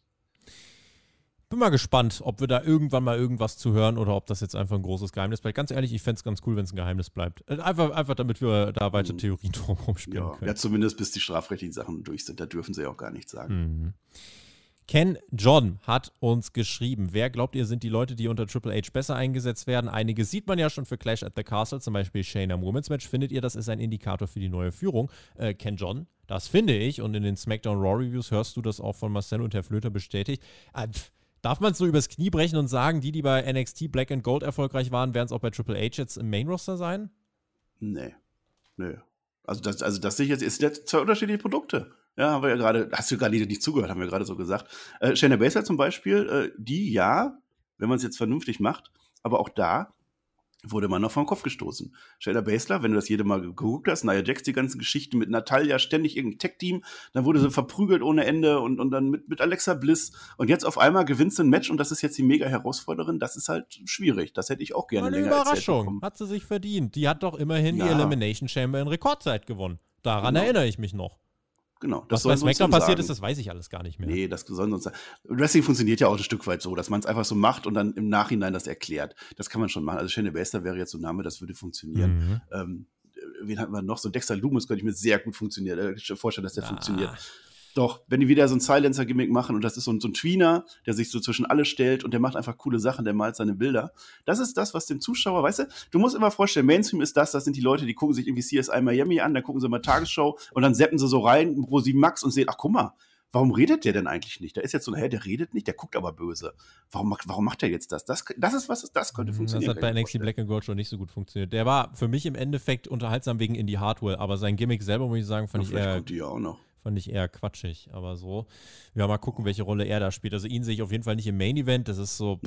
Bin mal gespannt, ob wir da irgendwann mal irgendwas zu hören oder ob das jetzt einfach ein großes Geheimnis bleibt. Ganz ehrlich, ich fände es ganz cool, wenn es ein Geheimnis bleibt. Einfach damit wir da weiter Theorien drumherum spielen können. Ja, zumindest bis die strafrechtlichen Sachen durch sind. Da dürfen sie ja auch gar nichts sagen. Ken John hat uns geschrieben, wer glaubt ihr sind die Leute, die unter Triple H besser eingesetzt werden? Einige sieht man ja schon für Clash at the Castle, zum Beispiel Shayna im Women's Match. Findet ihr, das ist ein Indikator für die neue Führung? Ken John, das finde ich. Und in den SmackDown Raw Reviews hörst du das auch von Marcel und Herr Flöter bestätigt. Darf man es so übers Knie brechen und sagen, die bei NXT Black and Gold erfolgreich waren, werden es auch bei Triple H jetzt im Main-Roster sein? Nee. Also das sehe ich jetzt, ist jetzt 2 unterschiedliche Produkte. Ja, haben wir ja gerade, hast du gerade nicht zugehört, haben wir gerade so gesagt. Shayna Baszler zum Beispiel, wenn man es jetzt vernünftig macht, aber auch da wurde man noch vom Kopf gestoßen. Shayna Baszler, wenn du das jede Mal geguckt hast, Nia Jax, die ganzen Geschichten mit Natalia, ständig irgendein Tech-Team, dann wurde sie verprügelt ohne Ende und dann mit Alexa Bliss und jetzt auf einmal gewinnt sie ein Match und das ist jetzt die Mega-Herausforderin, das ist halt schwierig. Das hätte ich auch gerne länger erzählt. Eine Überraschung, hat sie sich verdient. Die hat doch immerhin die Elimination Chamber in Rekordzeit gewonnen. Daran erinnere ich mich noch. Genau. Was bei SmackDown passiert ist, das weiß ich alles gar nicht mehr. Nee, das sollen sonst sagen. Wrestling funktioniert ja auch ein Stück weit so, dass man es einfach so macht und dann im Nachhinein das erklärt. Das kann man schon machen. Also Shayna Baszler wäre jetzt so ein Name, das würde funktionieren. Wen hatten wir noch? So Dexter Lumis könnte ich mir sehr gut vorstellen, dass der funktioniert. Doch, wenn die wieder so ein Silencer-Gimmick machen und das ist so ein Tweener, der sich so zwischen alle stellt und der macht einfach coole Sachen, der malt seine Bilder. Das ist das, was dem Zuschauer, weißt du musst immer vorstellen, Mainstream ist das sind die Leute, die gucken sich irgendwie CSI Miami an, dann gucken sie mal Tagesschau und dann zappen sie so rein, ProSieben Max und sehen, ach guck mal, warum redet der denn eigentlich nicht? Da ist jetzt so, der redet nicht, der guckt aber böse. Warum macht der jetzt das? Das könnte funktionieren. Das hat bei NXT Black and Gold schon nicht so gut funktioniert. Der war für mich im Endeffekt unterhaltsam wegen Indie Hardware, aber sein Gimmick selber, muss ich sagen, fand ich eher quatschig, aber so. Ja, mal gucken, welche Rolle er da spielt. Also ihn sehe ich auf jeden Fall nicht im Main Event, das ist so,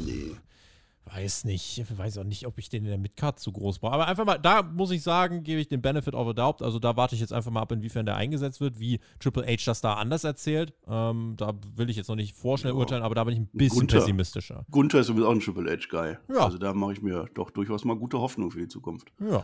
weiß auch nicht, ob ich den in der Midcard zu groß brauche. Aber einfach mal, da muss ich sagen, gebe ich den Benefit of a doubt. Also da warte ich jetzt einfach mal ab, inwiefern der eingesetzt wird, wie Triple H das da anders erzählt. Da will ich jetzt noch nicht vorschnell urteilen, aber da bin ich ein bisschen pessimistischer. Gunther ist übrigens auch ein Triple H-Guy. Ja. Also da mache ich mir doch durchaus mal gute Hoffnung für die Zukunft. Ja.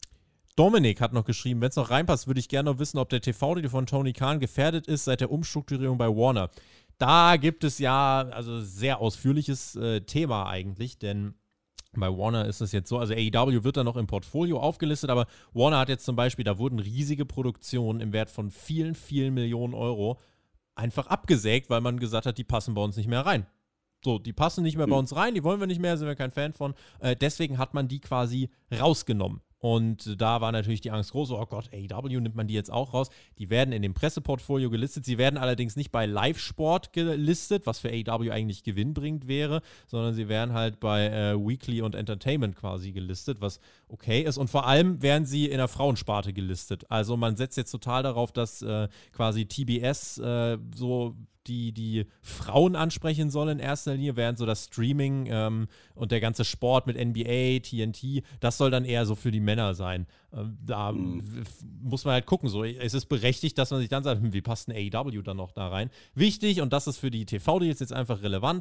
Dominik hat noch geschrieben, wenn es noch reinpasst, würde ich gerne noch wissen, ob der TV-Deal von Tony Khan gefährdet ist seit der Umstrukturierung bei Warner. Da gibt es ja also sehr ausführliches Thema eigentlich, denn bei Warner ist es jetzt so, also AEW wird da noch im Portfolio aufgelistet, aber Warner hat jetzt zum Beispiel, da wurden riesige Produktionen im Wert von vielen, vielen Millionen Euro einfach abgesägt, weil man gesagt hat, die passen bei uns nicht mehr rein. So, die passen nicht mehr bei uns rein, die wollen wir nicht mehr, sind wir kein Fan von. Deswegen hat man die quasi rausgenommen. Und da war natürlich die Angst groß, oh Gott, AEW nimmt man die jetzt auch raus. Die werden in dem Presseportfolio gelistet. Sie werden allerdings nicht bei Live-Sport gelistet, was für AEW eigentlich gewinnbringend wäre, sondern sie werden halt bei Weekly und Entertainment quasi gelistet, was okay ist. Und vor allem werden sie in der Frauensparte gelistet. Also man setzt jetzt total darauf, dass quasi TBS so die Frauen ansprechen soll in erster Linie, während so das Streaming und der ganze Sport mit NBA, TNT, das soll dann eher so für die Männer sein. Da muss man halt gucken. So, es ist berechtigt, dass man sich dann sagt, wie passt ein AEW dann noch da rein? Wichtig, und das ist für die TV-Deals jetzt einfach relevant,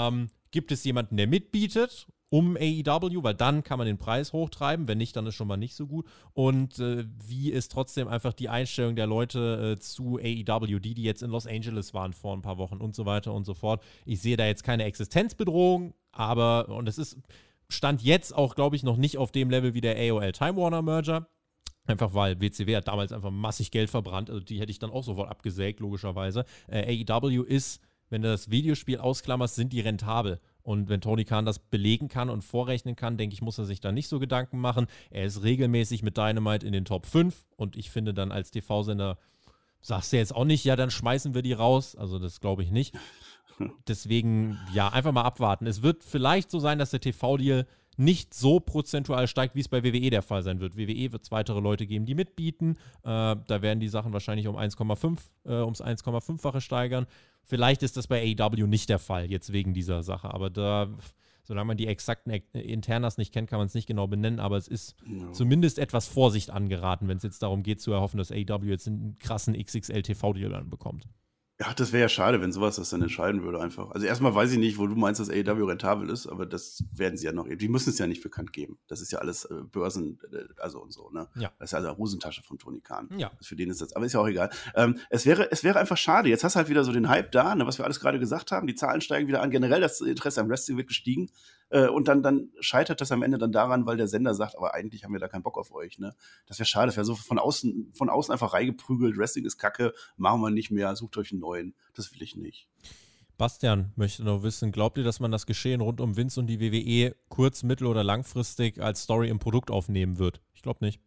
gibt es jemanden, der mitbietet um AEW, weil dann kann man den Preis hochtreiben, wenn nicht, dann ist schon mal nicht so gut. Und wie ist trotzdem einfach die Einstellung der Leute zu AEW, die jetzt in Los Angeles waren vor ein paar Wochen und so weiter und so fort. Ich sehe da jetzt keine Existenzbedrohung, aber, und es ist Stand jetzt auch, glaube ich, noch nicht auf dem Level wie der AOL Time Warner Merger. Einfach weil WCW hat damals einfach massig Geld verbrannt, also die hätte ich dann auch sofort abgesägt, logischerweise. AEW ist, wenn du das Videospiel ausklammerst, sind die rentabel. Und wenn Tony Khan das belegen kann und vorrechnen kann, denke ich, muss er sich da nicht so Gedanken machen. Er ist regelmäßig mit Dynamite in den Top 5 und ich finde dann als TV-Sender, sagst du jetzt auch nicht, ja, dann schmeißen wir die raus. Also das glaube ich nicht. Deswegen, ja, einfach mal abwarten. Es wird vielleicht so sein, dass der TV-Deal nicht so prozentual steigt, wie es bei WWE der Fall sein wird. WWE wird es weitere Leute geben, die mitbieten. Da werden die Sachen wahrscheinlich ums 1,5-fache steigern. Vielleicht ist das bei AEW nicht der Fall, jetzt wegen dieser Sache. Aber da, solange man die exakten Internas nicht kennt, kann man es nicht genau benennen. Aber es ist zumindest etwas Vorsicht angeraten, wenn es jetzt darum geht, zu erhoffen, dass AEW jetzt einen krassen XXL-TV-Deal dann bekommt. Ja, das wäre ja schade, wenn sowas das dann entscheiden würde einfach. Also erstmal weiß ich nicht, wo du meinst, dass AEW rentabel ist, aber das werden sie ja noch, die müssen es ja nicht bekannt geben. Das ist ja alles Börsen, also und so, ne? Ja. Das ist ja also eine Hosentasche von Tony Khan. Ja. Für den ist das, aber ist ja auch egal. Es wäre einfach schade. Jetzt hast du halt wieder so den Hype da, ne, was wir alles gerade gesagt haben. Die Zahlen steigen wieder an. Generell das Interesse am Wrestling wird gestiegen. Und dann scheitert das am Ende dann daran, weil der Sender sagt, aber eigentlich haben wir da keinen Bock auf euch, ne? Das wäre schade, das wäre so von außen einfach reingeprügelt, Wrestling ist Kacke, machen wir nicht mehr, sucht euch einen neuen. Das will ich nicht. Bastian möchte noch wissen, glaubt ihr, dass man das Geschehen rund um Vince und die WWE kurz-, mittel- oder langfristig als Story im Produkt aufnehmen wird? Ich glaube nicht.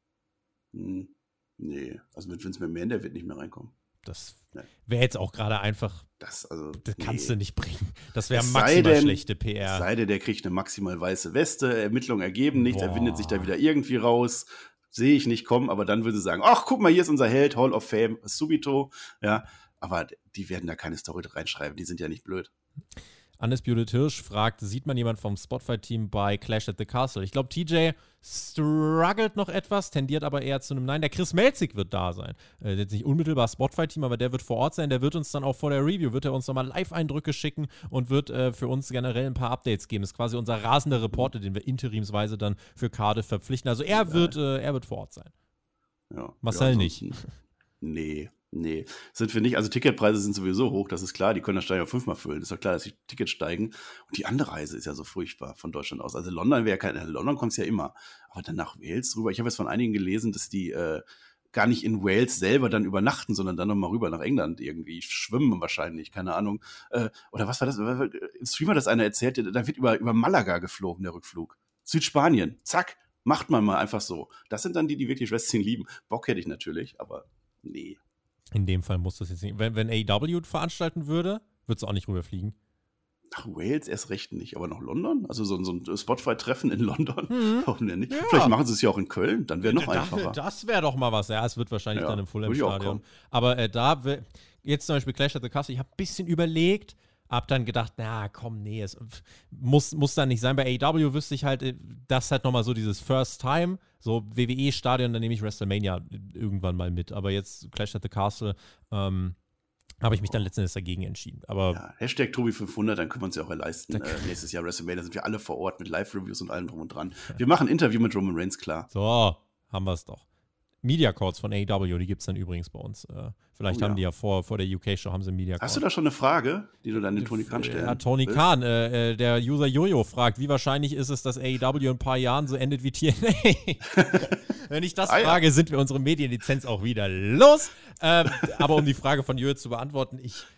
Nee, also mit Vince McMahon, der wird nicht mehr reinkommen. Das wäre jetzt auch gerade einfach, das kannst du nicht bringen. Das wäre schlechte PR. Es sei denn, der kriegt eine maximal weiße Weste, Ermittlungen ergeben nichts, er windet sich da wieder irgendwie raus, sehe ich nicht kommen, aber dann würde sie sagen, ach, guck mal, hier ist unser Held, Hall of Fame, subito, ja, aber die werden da keine Story reinschreiben, die sind ja nicht blöd. Undisputed Hirsch fragt, sieht man jemand vom Spotify-Team bei Clash at the Castle? Ich glaube, TJ struggelt noch etwas, tendiert aber eher zu einem Nein. Der Chris Melzig wird da sein. Jetzt nicht unmittelbar Spotify-Team, aber der wird vor Ort sein. Der wird uns dann auch vor der Review, wird er uns nochmal Live-Eindrücke schicken und wird für uns generell ein paar Updates geben. Das ist quasi unser rasender Reporter, den wir interimsweise dann für Cardiff verpflichten. Also er wird vor Ort sein. Ja. Marcel nicht. Nee. Nee, sind wir nicht. Also Ticketpreise sind sowieso hoch, das ist klar. Die können das Stadion 5-mal füllen. Ist doch klar, dass die Tickets steigen. Und die Anreise ist ja so furchtbar von Deutschland aus. Also London wäre kein, London kommt es ja immer. Aber dann nach Wales rüber. Ich habe jetzt von einigen gelesen, dass die gar nicht in Wales selber dann übernachten, sondern dann nochmal rüber nach England irgendwie. Schwimmen wahrscheinlich, keine Ahnung. Oder was war das? Im Streamer das einer erzählt, da wird über Malaga geflogen, der Rückflug. Südspanien, zack, macht man mal einfach so. Das sind dann die wirklich Wrestling lieben. Bock hätte ich natürlich, aber nee. In dem Fall muss das jetzt nicht. Wenn AEW veranstalten würde, würde es auch nicht rüberfliegen. Ach, Wales erst recht nicht, aber nach London? Also so ein Spotify-Treffen in London? Warum denn nicht? Ja. Vielleicht machen sie es ja auch in Köln, dann wäre noch einfacher. Das wäre doch mal was. Ja, es wird wahrscheinlich dann im Fulham-Stadion. Aber jetzt zum Beispiel Clash at the Castle, ich habe ein bisschen überlegt, hab dann gedacht, na komm, nee, es muss dann nicht sein. Bei AEW wüsste ich halt, das halt nochmal so dieses First Time, so WWE-Stadion, dann nehme ich WrestleMania irgendwann mal mit. Aber jetzt Clash at the Castle, habe ich mich dann letzten Endes dagegen entschieden. Aber ja, Hashtag Tobi500, dann können wir uns ja auch leisten. Nächstes Jahr WrestleMania sind wir alle vor Ort mit Live-Reviews und allem drum und dran. Wir machen ein Interview mit Roman Reigns, klar. So, haben wir es doch. Media Codes von AEW, die gibt es dann übrigens bei uns. Vielleicht haben die ja vor der UK-Show haben sie Media Codes. Hast du da schon eine Frage, die du dann den Tony Khan stellen Ja, Tony Khan, der User Jojo fragt, wie wahrscheinlich ist es, dass AEW in ein paar Jahren so endet wie TNA? Wenn ich das frage, sind wir unsere Medienlizenz auch wieder los. Aber um die Frage von Jojo zu beantworten,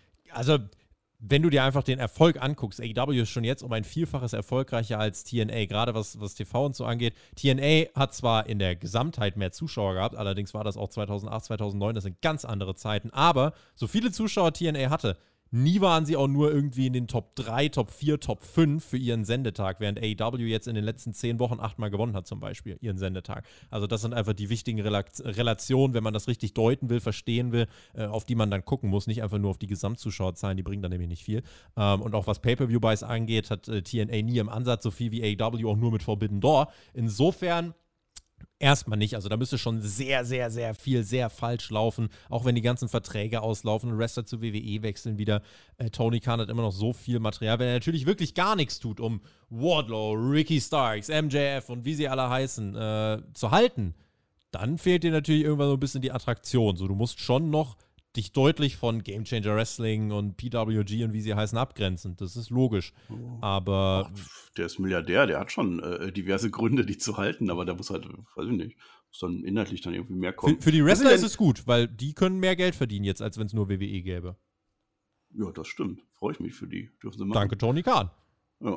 wenn du dir einfach den Erfolg anguckst, AEW ist schon jetzt um ein Vielfaches erfolgreicher als TNA, gerade was TV und so angeht. TNA hat zwar in der Gesamtheit mehr Zuschauer gehabt, allerdings war das auch 2008, 2009, das sind ganz andere Zeiten, aber so viele Zuschauer TNA hatte, nie waren sie auch nur irgendwie in den Top 3, Top 4, Top 5 für ihren Sendetag, während AEW jetzt in den letzten 10 Wochen 8-mal gewonnen hat zum Beispiel, ihren Sendetag. Also das sind einfach die wichtigen Relationen, wenn man das richtig deuten will, verstehen will, auf die man dann gucken muss, nicht einfach nur auf die Gesamtzuschauerzahlen, die bringen dann nämlich nicht viel. Und auch was Pay-Per-View-Buys angeht, hat TNA nie im Ansatz so viel wie AEW, auch nur mit Forbidden Door. Insofern erstmal nicht, also da müsste schon sehr, sehr, sehr viel, sehr falsch laufen, auch wenn die ganzen Verträge auslaufen und Wrestler zu WWE wechseln wieder. Tony Khan hat immer noch so viel Material, wenn er natürlich wirklich gar nichts tut, um Wardlow, Ricky Starks, MJF und wie sie alle heißen, zu halten, dann fehlt dir natürlich irgendwann so ein bisschen die Attraktion. So, du musst schon noch dich deutlich von Game Changer Wrestling und PWG und wie sie heißen abgrenzen. Das ist logisch. Aber der ist Milliardär, der hat schon diverse Gründe, die zu halten, aber da muss halt, weiß ich nicht, muss dann inhaltlich dann irgendwie mehr kommen. Für die Wrestler ist es gut, weil die können mehr Geld verdienen jetzt, als wenn es nur WWE gäbe. Ja, das stimmt. Freue ich mich für die. Dürfen sie machen. Danke, Tony Khan. Ja.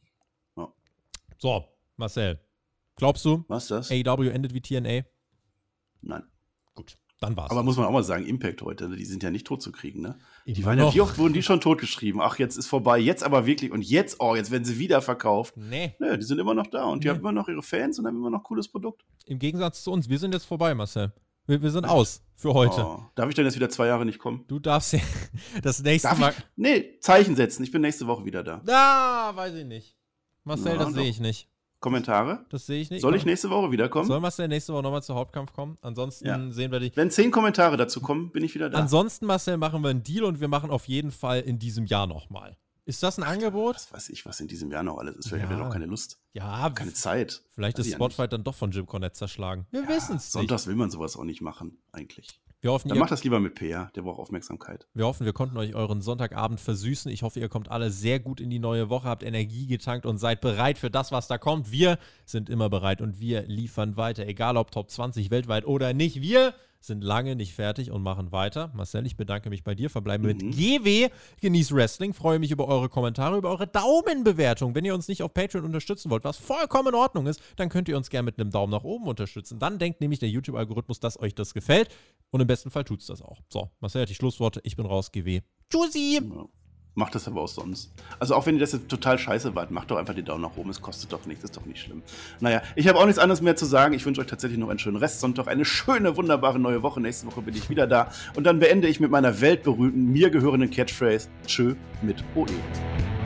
So, Marcel. Glaubst du, was das? AEW endet wie TNA? Nein. Gut. Dann war's. Aber muss man auch mal sagen, Impact heute, die sind ja nicht tot zu kriegen, ne? Immer die waren ja, wie oft wurden die schon totgeschrieben? Ach, jetzt ist vorbei, jetzt aber wirklich und jetzt werden sie wieder verkauft. Nee, die sind immer noch da und die haben immer noch ihre Fans und haben immer noch cooles Produkt. Im Gegensatz zu uns, wir sind jetzt vorbei, Marcel. Wir sind aus für heute. Darf ich denn jetzt wieder 2 Jahre nicht kommen? Du darfst ja das nächste Mal. Nee, Zeichen setzen, ich bin nächste Woche wieder da. Weiß ich nicht. Marcel, das sehe ich nicht. Kommentare? Das sehe ich nicht. Soll ich nächste Woche wiederkommen? Soll Marcel nächste Woche nochmal zu Hauptkampf kommen? Ansonsten sehen wir dich. Wenn 10 Kommentare dazu kommen, bin ich wieder da. Ansonsten, Marcel, machen wir einen Deal und wir machen auf jeden Fall in diesem Jahr nochmal. Ist das ein Angebot? Was weiß ich, was in diesem Jahr noch alles ist. Ich habe ja noch keine Lust. Ja, keine Zeit. Vielleicht ist Spotfight dann doch von Jim Cornette zerschlagen. Wir wissen es nicht. Sonntags will man sowas auch nicht machen, eigentlich. Wir hoffen, dann macht das lieber mit PR, der braucht Aufmerksamkeit. Wir hoffen, wir konnten euch euren Sonntagabend versüßen. Ich hoffe, ihr kommt alle sehr gut in die neue Woche, habt Energie getankt und seid bereit für das, was da kommt. Wir sind immer bereit und wir liefern weiter, egal ob Top 20 weltweit oder nicht. Wir sind lange nicht fertig und machen weiter. Marcel, ich bedanke mich bei dir. Verbleiben mit GW. Genießt Wrestling. Freue mich über eure Kommentare, über eure Daumenbewertung. Wenn ihr uns nicht auf Patreon unterstützen wollt, was vollkommen in Ordnung ist, dann könnt ihr uns gerne mit einem Daumen nach oben unterstützen. Dann denkt nämlich der YouTube-Algorithmus, dass euch das gefällt. Und im besten Fall tut es das auch. So, Marcel hat die Schlussworte. Ich bin raus. GW. Tschüssi! Ja. Macht das aber auch sonst. Also auch wenn ihr das jetzt total scheiße wart, macht doch einfach den Daumen nach oben. Es kostet doch nichts, ist doch nicht schlimm. Naja, ich habe auch nichts anderes mehr zu sagen. Ich wünsche euch tatsächlich noch einen schönen Restsonntag, eine schöne, wunderbare neue Woche. Nächste Woche bin ich wieder da. Und dann beende ich mit meiner weltberühmten, mir gehörenden Catchphrase Tschö mit OE.